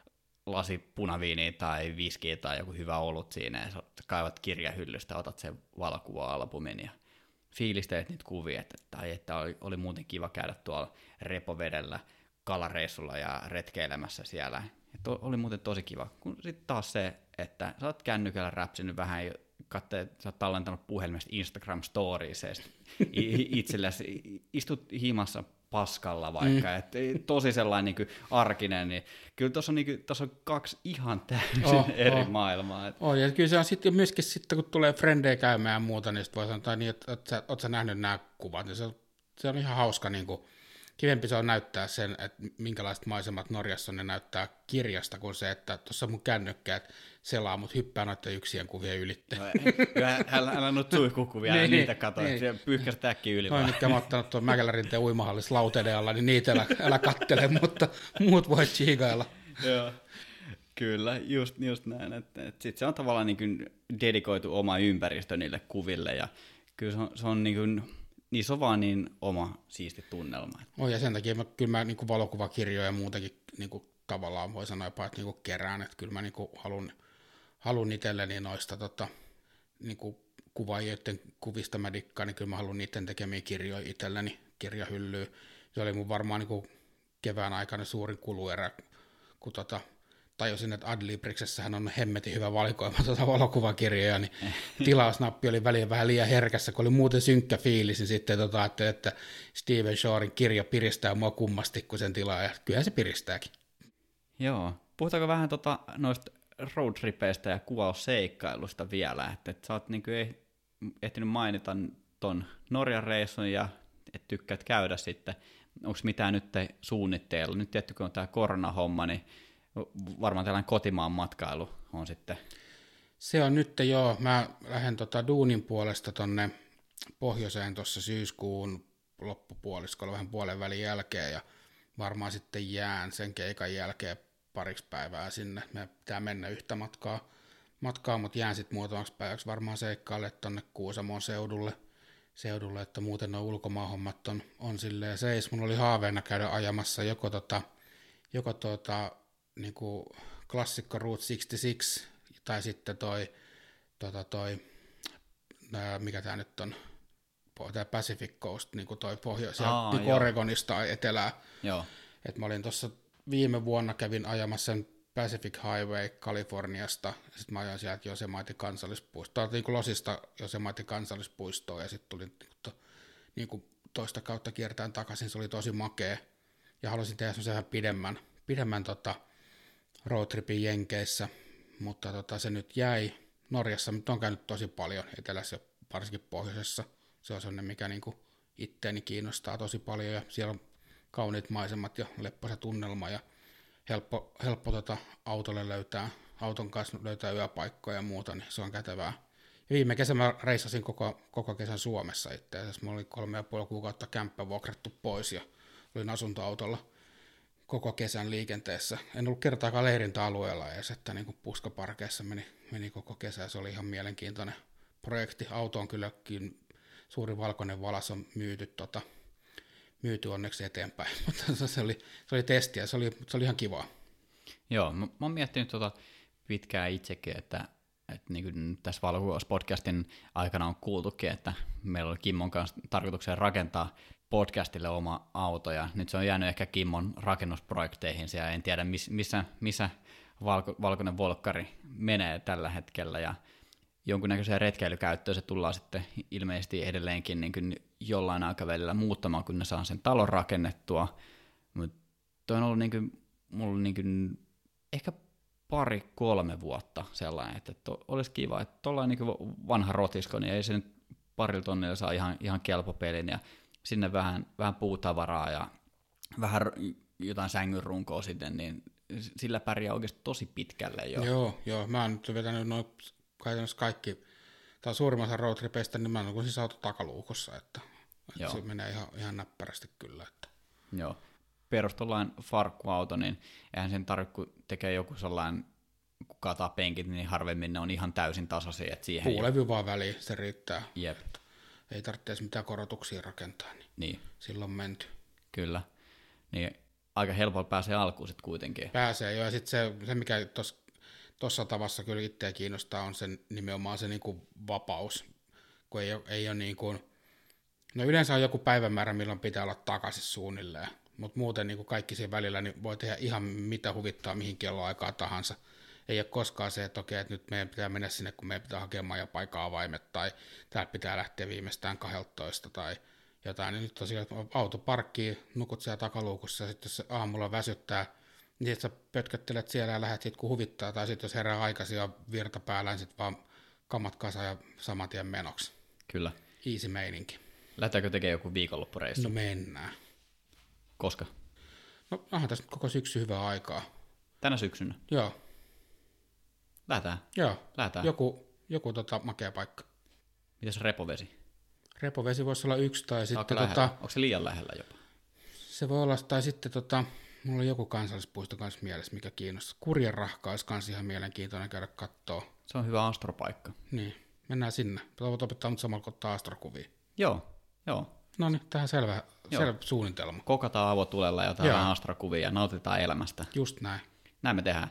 lasi punaviiniä tai viskiä tai joku hyvä olut siinä, ja sä kaivat kirjahyllystä, otat sen valokuva-albumin ja fiilistelet niitä kuvia, että, tai että oli, oli muuten kiva käydä tuolla repovedellä kalareissulla ja retkeilemässä siellä. To, oli muuten tosi kiva. Sitten taas se, että sä oot kännykällä räpsinyt vähän, katsoit, sä oot tallentanut puhelimesta Instagram-storieseen itsellesi, istut himassa paskalla vaikka, mm. että tosi sellainen niin kuin arkinen, niin kyllä tuossa on, niin on kaksi ihan täysin oh, eri oh. maailmaa. Että... Oh, ja kyllä se on sitten myöskin sitten, kun tulee frendejä käymään ja muuta, niin voi sanoa niin, että oot sä, oot sä nähnyt nämä kuvat, niin se on, se on ihan hauska, niin kuin, kivempi se on näyttää sen, että minkälaiset maisemat Norjassa on, ne näyttää kirjasta, kuin se, että tuossa mun kännykkäät selaa, mutta hyppää noiden yksien kuvien ylitte. No, älä, älä nyt suihkukuvia, niin, niitä niin, katso, niin. Että pyyhkästä äkkiä yli. Noin, mitkä mä ottanut tuon Mäkelärinteen uimahallissa lauteiden alla, niin niitä älä, älä kattele, mutta muut voi chiigailla. Joo, kyllä, just, just näin. Että, että sit se on tavallaan niin kuin dedikoitu oma ympäristö niille kuville, ja kyllä se on, se on niin kuin... Niissä on vaan niin oma siisti tunnelma. Oh, ja sen takia mä, kyllä mä niin kuin valokuvakirjoja ja muutenkin niin kuin, tavallaan voi sanoa jopa, että niin kuin kerään, että kyllä mä niin kuin, halun, halun itselleni noista tota, niin kuin kuvaajien kuvista mä dikkaan, niin kyllä mä haluan niiden tekemiä kirjoja itselleni kirjahyllyyn. Se oli mun varmaan niin kuin kevään aikana suurin kuluerä, kun tota, tajusin, että Adlibrixessähän on hemmetin hyvä valikoima tuota valokuvakirjoja, niin tilausnappi oli väliin vähän liian herkässä, kun oli muuten synkkä fiilis, niin sitten tota, että, että Steven Shoren kirja piristää mua kummasti, kun sen tilaa, ja kyllähän se piristääkin. Joo. Puhutaanko vähän tota, noista roadtripeistä ja kuvausseikkailusta vielä, että, että sä oot niin kuin ehtinyt mainita ton Norjan reissun ja että tykkäät käydä sitten, onko mitään nyt suunnitteilla? Nyt tietty, kun on tämä koronahomma, niin varmaan tällainen kotimaan matkailu on sitten. Se on nyt joo. Mä lähden tota duunin puolesta tonne pohjoiseen tuossa syyskuun loppupuoliskolla vähän puolen välin jälkeen ja varmaan sitten jään sen keikan jälkeen pariksi päivää sinne. Me pitää mennä yhtä matkaa, matkaa mutta jään sitten muutamaksi päiväksi varmaan seikkaille tonne Kuusamon seudulle, seudulle että muuten nuo ulkomaanhommat on, on silleen seis. Mun oli haaveena käydä ajamassa joko tota, joko tota niin kuin klassikko Route kuusikymmentäkuusi, tai sitten toi, tota toi ää, mikä tämä nyt on, tämä Pacific Coast, niin kuin toi pohjois- ja niin Oregonista etelää. Joo. Et mä olin tuossa viime vuonna kävin ajamassa sen Pacific Highway Kaliforniasta, ja sitten mä ajoin sieltä Yosemite kansallispuistoa, niin kuin Losista Yosemite kansallispuistoa, ja sitten tulin to, niin kuin toista kautta kiertäen takaisin, se oli tosi makea, ja halusin tehdä semmoisen vähän pidemmän, pidemmän tota, roadtripin Jenkeissä, mutta tota, se nyt jäi. Norjassa nyt on käynyt tosi paljon, etelässä ja varsinkin pohjoisessa. Se on sellainen, mikä niinku itteeni kiinnostaa tosi paljon, ja siellä on kauniit maisemat ja leppoisa tunnelma, ja helppo, helppo tota, autolle löytää, auton kanssa löytää yöpaikkoja ja muuta, niin se on kätevää. Ja viime kesänä mä reissasin koko, koko kesän Suomessa itse asiassa. Mulla oli kolme ja puoli kuukautta kämppä vuokrattu pois, ja olin asuntoautolla koko kesän liikenteessä. En ollut kertaakaan leirintäalueella edes, että niin kuin puskaparkeissa meni, meni koko kesä. Se oli ihan mielenkiintoinen projekti. Auto on kylläkin, suuri valkoinen valas on myyty, tota, myyty onneksi eteenpäin, mutta se oli, se oli testi ja se oli, se oli ihan kivaa. Joo, mä, mä oon miettinyt tota pitkään itsekin, että, että niin kuin tässä Valokuvauspodcastin aikana on kuultukin, että meillä oli Kimmon kanssa tarkoituksena rakentaa podcastille oma auto, ja nyt se on jäänyt ehkä Kimmon rakennusprojekteihin, siellä en tiedä missä, missä valko, valkoinen volkkari menee tällä hetkellä, ja jonkunnäköiseen retkeilykäyttöön se tullaan sitten ilmeisesti edelleenkin niin kuin jollain aikavälillä muuttamaan, kun ne saa sen talon rakennettua, mutta toi on ollut niin kuin, mulla niin kuin ehkä pari, kolme vuotta sellainen, että to, olisi kiva, että tuollainen niin vanha rotisko, niin ei se nyt parilla tonnilla saa ihan, ihan kelpo pelin, ja sinne vähän, vähän puutavaraa ja vähän jotain sängynrunkoa sitten, niin sillä pärjää oikeasti tosi pitkälle jo. Joo, joo. Mä oon nyt vetänyt noin käytännössä kaikki, tai suurimmassa roadtripeistä, niin mä oon siis auto takaluukossa, että, että se menee ihan, ihan näppärästi kyllä. Että. Joo. Perustollain farkkuauto, niin eihän sen tarvitse, kun tekee joku sellainen, kun kataa penkit, niin harvemmin ne on ihan täysin tasaisia. Että siihen puulevy jo vaan väliin, se riittää. Jep. Ei tarvitse edes mitään korotuksia rakentaa, niin, niin. silloin menty. Kyllä. Niin aika helpolla pääsee alkuun sitten kuitenkin. Pääsee jo, ja sitten se, se, mikä tuossa tavassa kyllä itseä kiinnostaa, on sen, nimenomaan se niin kuin vapaus, kun ei ole, ei ole niin kuin, no yleensä on joku päivämäärä, milloin pitää olla takaisin suunnilleen, mutta muuten niin kuin kaikki siinä välillä niin voi tehdä ihan mitä huvittaa mihin kelloaikaa tahansa. Ei ole koskaan se, että okei, että nyt meidän pitää mennä sinne, kun meidän pitää hakea majapaikan avaimet, tai täältä pitää lähteä viimeistään kahdeltoista, tai jotain. Niin nyt tosiaan auto parkkii, nukut siellä takaluukussa, ja sitten jos se aamulla väsyttää, niin sitten sä pötköttelet siellä ja lähdet sitten kun huvittaa, tai sitten jos herää aikaisin ja virta päällä, niin sitten vaan kamat kasa ja saman tien menoksi. Kyllä. Easy meininki. Lähdetäänkö tekemään joku viikonloppureissu? No mennään. Koska? No onhan tässä koko syksy hyvää aikaa. Tänä syksynä? Joo. Lähdetään. Joo. Lähdetään. Joku, joku tota makea paikka. Mitäs repovesi? Repovesi voisi olla yksi tai sitten... Tota, onko se liian lähellä jopa? Se voi olla, tai sitten tota, mulla on joku kansallispuisto kanssa mielessä, mikä kiinnostaa. Kurjenrahka olisi kans ihan mielenkiintoinen käydä kattoo. Se on hyvä astropaikka. Niin, mennään sinne. Toivot opettaa nyt samalla kun ottaa astrokuvia. Joo, joo. No niin, tähän selvä, selvä suunnitelma. Kokataan avotulella ja otetaan astrokuvia ja nautitaan elämästä. Just näin. Näin me tehdään.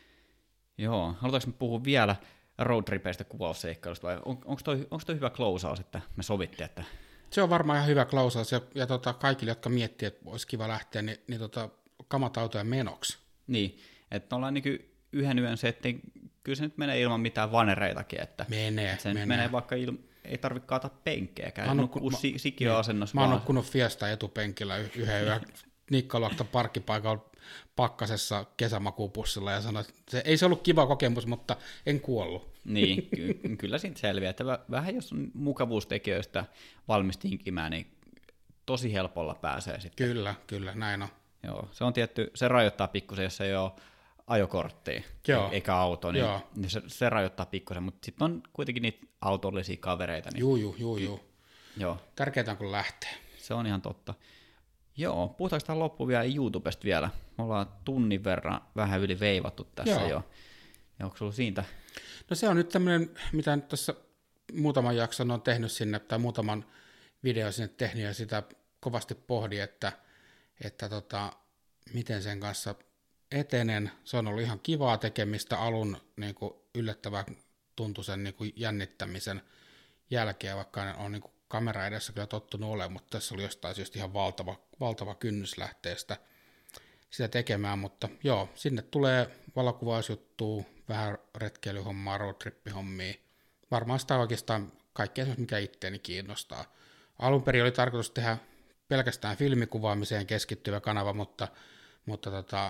Joo, halutaanko me puhua vielä roadtripeistä kuvausseikkailusta vai on, onko toi, onko toi hyvä closeaus, että me sovittiin, että... Se on varmaan ihan hyvä klausaus ja, ja tota, kaikille, jotka miettii, että olisi kiva lähteä, niin, niin tota, kamat autoja menoksi. Niin, että ollaan niin yhden yön setti, kyllä se nyt menee ilman mitään vanereitakin, että menee, että se menee. menee vaikka il, ei tarvitse kaata penkkejäkään, Mä nukkuu ma, sikiöasennossa. Mä oon nukkunut Fiesta etupenkillä yhden yön Nikkaluokta parkkipaikalla pakkasessa kesämakuupussilla ja sanoin, että se, ei se ollut kiva kokemus, mutta en kuollut. Niin, ky- kyllä siitä selviää, että vähän jos on mukavuustekijöistä valmis tinkimään, niin tosi helpolla pääsee sitten. Kyllä, kyllä, näin on. Joo, se on tietty, se rajoittaa pikkusen, jos ei ole ajokorttia Joo. eikä auto, niin, Joo. niin se, se rajoittaa pikkusen, mutta sitten on kuitenkin niitä autollisia kavereita. Niin, juu, juu, juu, juu. Joo. Tärkeintä on, kun lähtee. Se on ihan totta. Joo, puhutaanko tähän loppuun vielä YouTubesta vielä? Me ollaan tunnin verran vähän yli veivattu tässä Joo. jo. Ja onko sulla siitä? No se on nyt tämmöinen, mitä nyt tuossa muutaman jakson on tehnyt sinne, tai muutaman video sinne tehnyt, ja sitä kovasti pohdin, että, että tota, miten sen kanssa etenen. Se on ollut ihan kivaa tekemistä alun niin kuin yllättävän tuntuisen niin kuin jännittämisen jälkeen, vaikka on niin kuin kamera edessä kyllä tottunut olemaan, mutta tässä oli jostain syystä ihan valtava, valtava kynnys lähteä sitä, sitä tekemään, mutta joo, sinne tulee valokuvausjuttua, vähän retkeilyhommaa, roadtrippihommia, varmaan sitä oikeastaan kaikkea se, mikä itteeni kiinnostaa. Alun perin oli tarkoitus tehdä pelkästään filmikuvaamiseen keskittyvä kanava, mutta, mutta tota,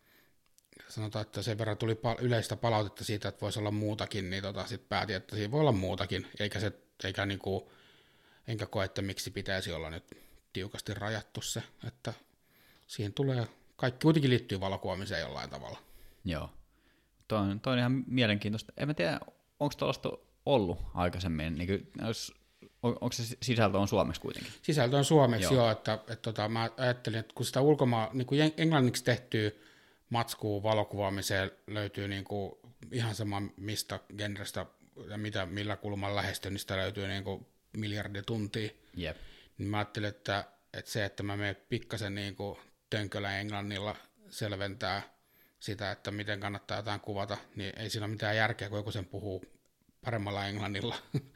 sanotaan, että sen verran tuli yleistä palautetta siitä, että voisi olla muutakin, niin tota, sitten päätin, että siinä voi olla muutakin, eikä se, eikä niinku, enkä koe, että miksi pitäisi olla nyt tiukasti rajattu se, että siihen tulee, kaikki kuitenkin liittyy valokuvaamiseen jollain tavalla. Joo, toi on, toi on ihan mielenkiintoista. En mä tiedä, onko tuollaista ollut aikaisemmin, niin kuin, on, onko se sisältö on suomeksi kuitenkin? Sisältö on suomeksi, joo, joo että, että, että tota, mä ajattelin, että kun sitä ulkomaan, niin kuin englanniksi tehtyä matskua valokuvaamiseen löytyy niin kuin ihan sama mistä genrestä ja mitä, millä kulmalla lähestyy, niin sitä löytyy niin kuin miljardia tuntia. Yep. Niin mä ajattelin, että, että se, että mä menen pikkasen niin kuin tönkölä englannilla selventää sitä, että miten kannattaa jotain kuvata, niin ei siinä ole mitään järkeä, kun joku sen puhuu paremmalla englannilla.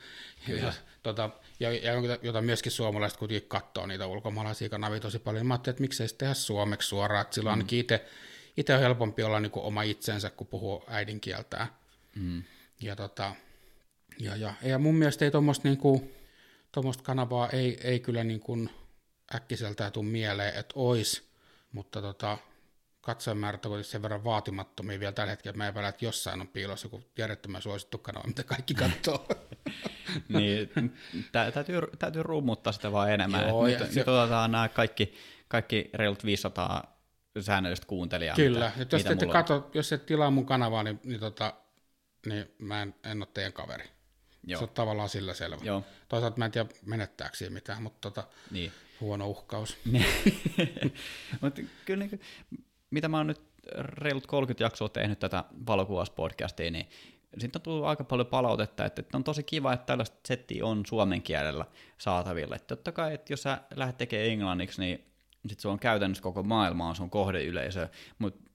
ja, tota, ja, ja jota myöskin suomalaiset kuitenkin katsoo niitä ulkomaalaisia kanavia tosi paljon. Mä ajattelin, että miksei se tehdä suomeksi suoraan, että sillä ainakin itse itse on helpompi olla niin kuin oma itsensä, kun puhuu äidinkieltään. Mm. Ja, tota, ja, ja, ja mun mielestä ei tuommoista niin kuin, kanavaa ei, ei kyllä niin kuin äkkiseltään tule mieleen, että ois, mutta tota, katsojamäärät on sen verran vaatimattomia vielä tällä hetkellä, mä epäilen, että jossain on piilossa joku järjettömän suosittu kanava, mitä kaikki katsoo. Niin, tä, täytyy, täytyy rummuttaa sitä vaan enemmän. Joo, nyt, se... nyt otetaan nämä kaikki, kaikki reilut viisisataa säännöllistä kuuntelijaa. Kyllä, mitä, jos, ette kato, jos et tilaa mun kanavaa, niin, niin, tota, niin mä en, en ole teidän kaveri. Joo. Se on tavallaan sillä selvä. Joo. Toisaalta mä en tiedä menettääkö siihen mitään, mutta tota, niin. Huono uhkaus. Mutta kyllä niin, mitä mä oon nyt reilut kolmekymmentä jaksoa tehnyt tätä valokuvauspodcastia, niin sitten on tullut aika paljon palautetta, että, että on tosi kiva, että tällaista settiä on suomen kielellä saatavilla. Että totta kai, että jos sä lähdet tekemään englanniksi, niin sitten se on käytännössä koko maailma on sun kohdeyleisö, mutta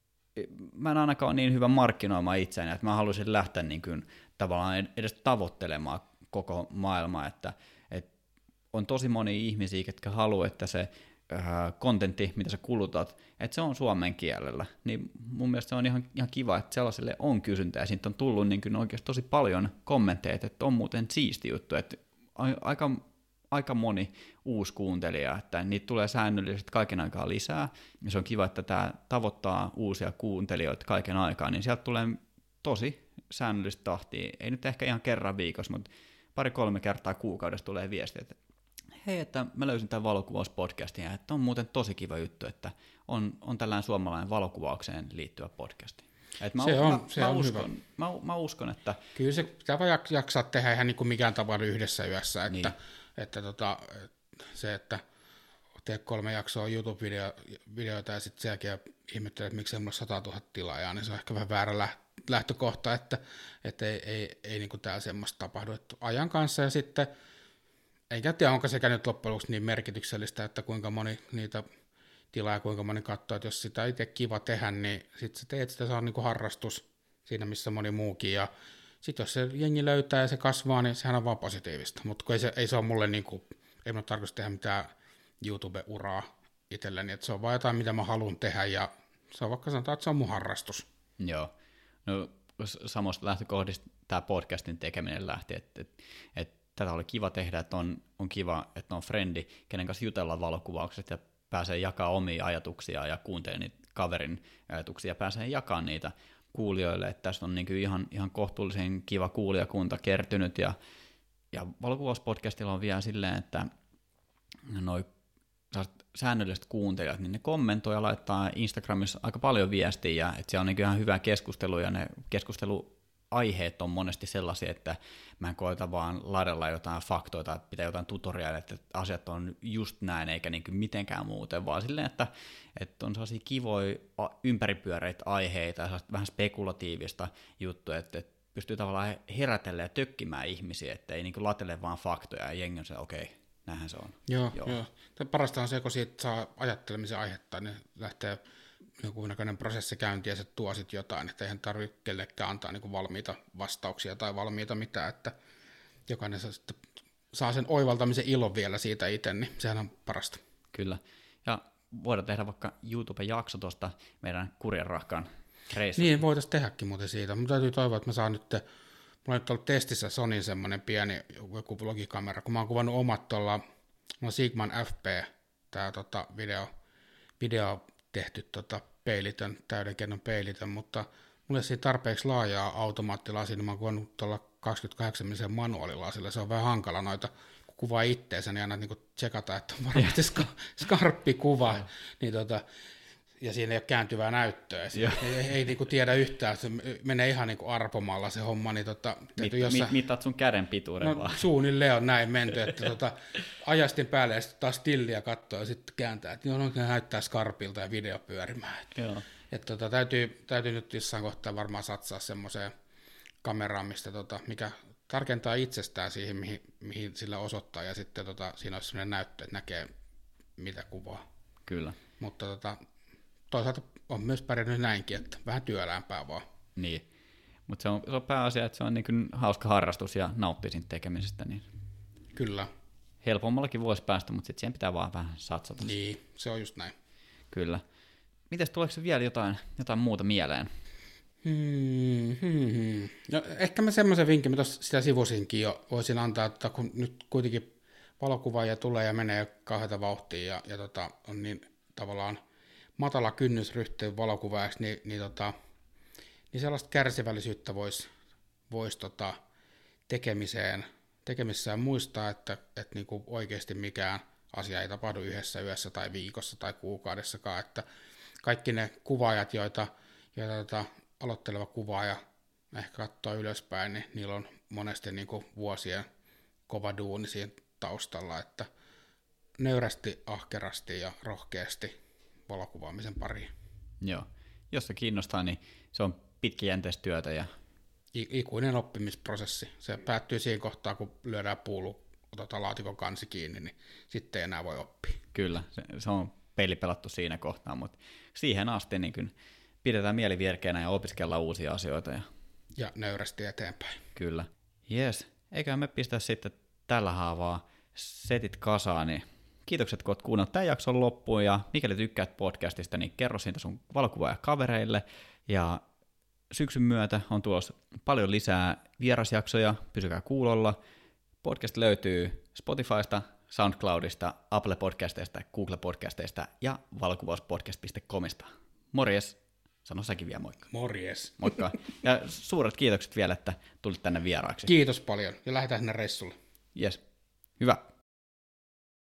mä en ainakaan ole niin hyvä markkinoimaan itseäni, että mä haluaisin lähteä niin kuin, tavallaan edes tavoittelemaan koko maailmaa, että, että on tosi moni ihmisiä, jotka haluaa, että se kontentti, mitä sä kulutat, että se on suomen kielellä, niin mun mielestä se on ihan, ihan kiva, että sellaiselle on kysyntää, ja siitä on tullut niin kuin oikeasti tosi paljon kommentteja, että on muuten siisti juttu, että aika, aika moni uusi kuuntelija, että niitä tulee säännöllisesti kaiken aikaa lisää, ja se on kiva, että tämä tavoittaa uusia kuuntelijoita kaiken aikaa, niin sieltä tulee tosi säännöllistä tahtia, ei nyt ehkä ihan kerran viikossa, mutta pari-kolme kertaa kuukaudessa tulee viestiä, että hei, että mä löysin tämän valokuvauspodcastin, ja että on muuten tosi kiva juttu, että on, on tällainen suomalainen valokuvaukseen liittyvä podcasti. Et mä, se on, mä, se mä, on uskon, hyvä. Mä, mä uskon, että... Kyllä se pitää vaan jaksaa tehdä ihan niin kuin mikään tavalla yhdessä yössä, että, Niin. että tota, se, että teet kolme jaksoa YouTube-videoita ja sitten sen jälkeen ihmettelet, että miksei mulla sata tuhatta tilaajaa, niin se on ehkä vähän väärä lähtökohta, että, että ei, ei, ei niin kuin täällä semmoista tapahdu. Että ajan kanssa ja sitten, enkä tiedä, onko sekä nyt loppujen lopuksi niin merkityksellistä, että kuinka moni niitä tilaa ja kuinka moni katsoo, että jos sitä itse kiva tehdä, niin sitten sä teet sitä, se on niin kuin harrastus siinä, missä moni muukin, ja sitten jos se jengi löytää ja se kasvaa, niin sehän on vaan positiivista, mutta ei se, ei se ole mulle niin kuin, ei mun tarkoitus tehdä mitään YouTube-uraa itselleni, että se on vaan jotain, mitä mä haluan tehdä, ja se on vaikka sanotaan, että se on mun harrastus. Joo, no samasta lähtökohdista tämä podcastin tekeminen lähti, että, että, että tätä oli kiva tehdä, että on, on kiva, että on frendi, kenen kanssa jutellaan valokuvaukset ja pääsee jakaa omia ajatuksia ja kuuntelee niitä kaverin ajatuksia ja pääsee jakamaan niitä kuulijoille, että tässä on niin kuin ihan, ihan kohtuullisen kiva kuulijakunta kertynyt ja, ja valokuvauspodcastilla on vielä silleen, että noi säännölliset kuuntelijat, niin ne kommentoi ja laittaa Instagramissa aika paljon viestiä ja että siellä on niin ihan hyvä keskustelu ja ne keskusteluaiheet on monesti sellaisia, että mä en koeta vaan ladella jotain faktoja tai pitää jotain tutoriaalia, että asiat on just näin eikä niin mitenkään muuten, vaan silleen, että, että on sellaisia kivoja ympäripyöreitä aiheita ja vähän spekulatiivista juttua, että, että pystyy tavallaan herätellä ja tökkimään ihmisiä, että ei niin latele vaan faktoja ja jengi on se, okei, okay, näinhän se on. Joo, joo. joo. Parasta on se, kun siitä saa ajattelemisen aihetta, niin lähtee joku näköinen prosessi käyntiin ja se tuo sitten jotain, että eihän tarvitse kellekään antaa niin kuin valmiita vastauksia tai valmiita mitään, että jokainen saa, sitten, saa sen oivaltamisen ilon vielä siitä itse, niin sehän on parasta. Kyllä, ja voidaan tehdä vaikka YouTube-jakso tuosta meidän kurjenrahkaan reissusta. Niin, voitaisiin tehdäkin muuten siitä, mutta täytyy toivoa, että mä saan nyt, mulla on nyt ollut testissä Sonyn semmoinen pieni joku vlogikamera, kun mä oon kuvannut omat tuolla, mulla on Sigman F P, tää tota video, video tehty tota peilitön, täyden kennon peilitön, mutta mulla ei siinä tarpeeksi laajaa automaattilasi, niin mä oon kuvannut tuolla kaksikymmentäkahdeksan mm manuaalilasilla, se on vähän hankala noita, kun kuvaa itteensä, niin aina niin tsekata, että on varmasti ska, skarppi kuva, niin tota, ja siinä ei ole kääntyvää näyttöä, ei, ei, ei niin kuin tiedä yhtään, se menee ihan niin kuin arpomalla se homma, niin tota, Mit, jossa, mit, mittaat sun käden pituuden no, vaan. Suunnilleen on näin menty, että tota, ajastin päälle ja sitten taas tilliä katsoo ja sitten kääntää, että joo, no, näyttää skarpilta ja video pyörimään. Että, Joo. että tota, täytyy, täytyy nyt jossain kohtaa varmaan satsaa semmoiseen kameraan, mistä, tota, mikä tarkentaa itsestään siihen, mihin, mihin sillä osoittaa, ja sitten tota, siinä olisi sellainen näyttö, että näkee mitä kuvaa. Kyllä. Mutta tota, toisaalta on myös pärjännyt näinkin, että vähän työläämpää vaan. Niin, mutta se on, se on pääasia, että se on niin kuin hauska harrastus ja nauttii siitä tekemisestä. Niin Kyllä. helpommallakin voisi päästä, mutta sitten siihen pitää vaan vähän satsata. Niin, se on just näin. Kyllä. Mites tuleeko se vielä jotain, jotain muuta mieleen? Hmm, hmm, hmm. No, ehkä mä semmoisen vinkin, mä tuossa sitä sivusinkin jo voisin antaa, että kun nyt kuitenkin valokuvaaja tulee ja menee kauheata vauhtia ja, ja tota, on niin tavallaan matala kynnys ryhtyä valokuvaajaksi, niin, niin, tota, niin sellaista kärsivällisyyttä voisi vois, tota, tekemiseen, tekemiseen muistaa, että, että niinku oikeasti mikään asia ei tapahdu yhdessä yössä tai viikossa tai kuukaudessakaan, että kaikki ne kuvaajat, joita, joita tota, aloitteleva kuvaaja ehkä katsoo ylöspäin, niin niillä on monesti niinku vuosien kova duuni siinä taustalla, että nöyrästi, ahkerasti ja rohkeasti valokuvaamisen pariin. Joo. Jos se kiinnostaa, niin se on pitkäjänteistä työtä. Ja I- ikuinen oppimisprosessi. Se päättyy siinä kohtaa, kun lyödään puulu, otetaan laatikon kansi kiinni, niin sitten ei enää voi oppia. Kyllä, se, se on peli pelattu siinä kohtaa, mutta siihen asti niin kyllä pidetään mieli virkeänä ja opiskellaan uusia asioita. Ja, ja nöyrästi eteenpäin. Kyllä. Jes, eiköhän me pistää sitten tällä haavaa setit kasaan, niin kiitokset, kun olet kuunnellut tämän jakson loppuun, ja mikäli tykkäät podcastista, niin kerro siitä sun valokuvaaja-kavereille, ja syksyn myötä on tulossa paljon lisää vierasjaksoja, pysykää kuulolla. Podcast löytyy Spotifysta, SoundCloudista, Apple Podcasteista, Google Podcasteista ja valokuvauspodcast piste comista. Morjes, sano säkin vielä moikka. Morjes. Moikka, ja suuret kiitokset vielä, että tulit tänne vieraaksi. Kiitos paljon, ja lähdetään sinne reissulle. Jes, hyvä.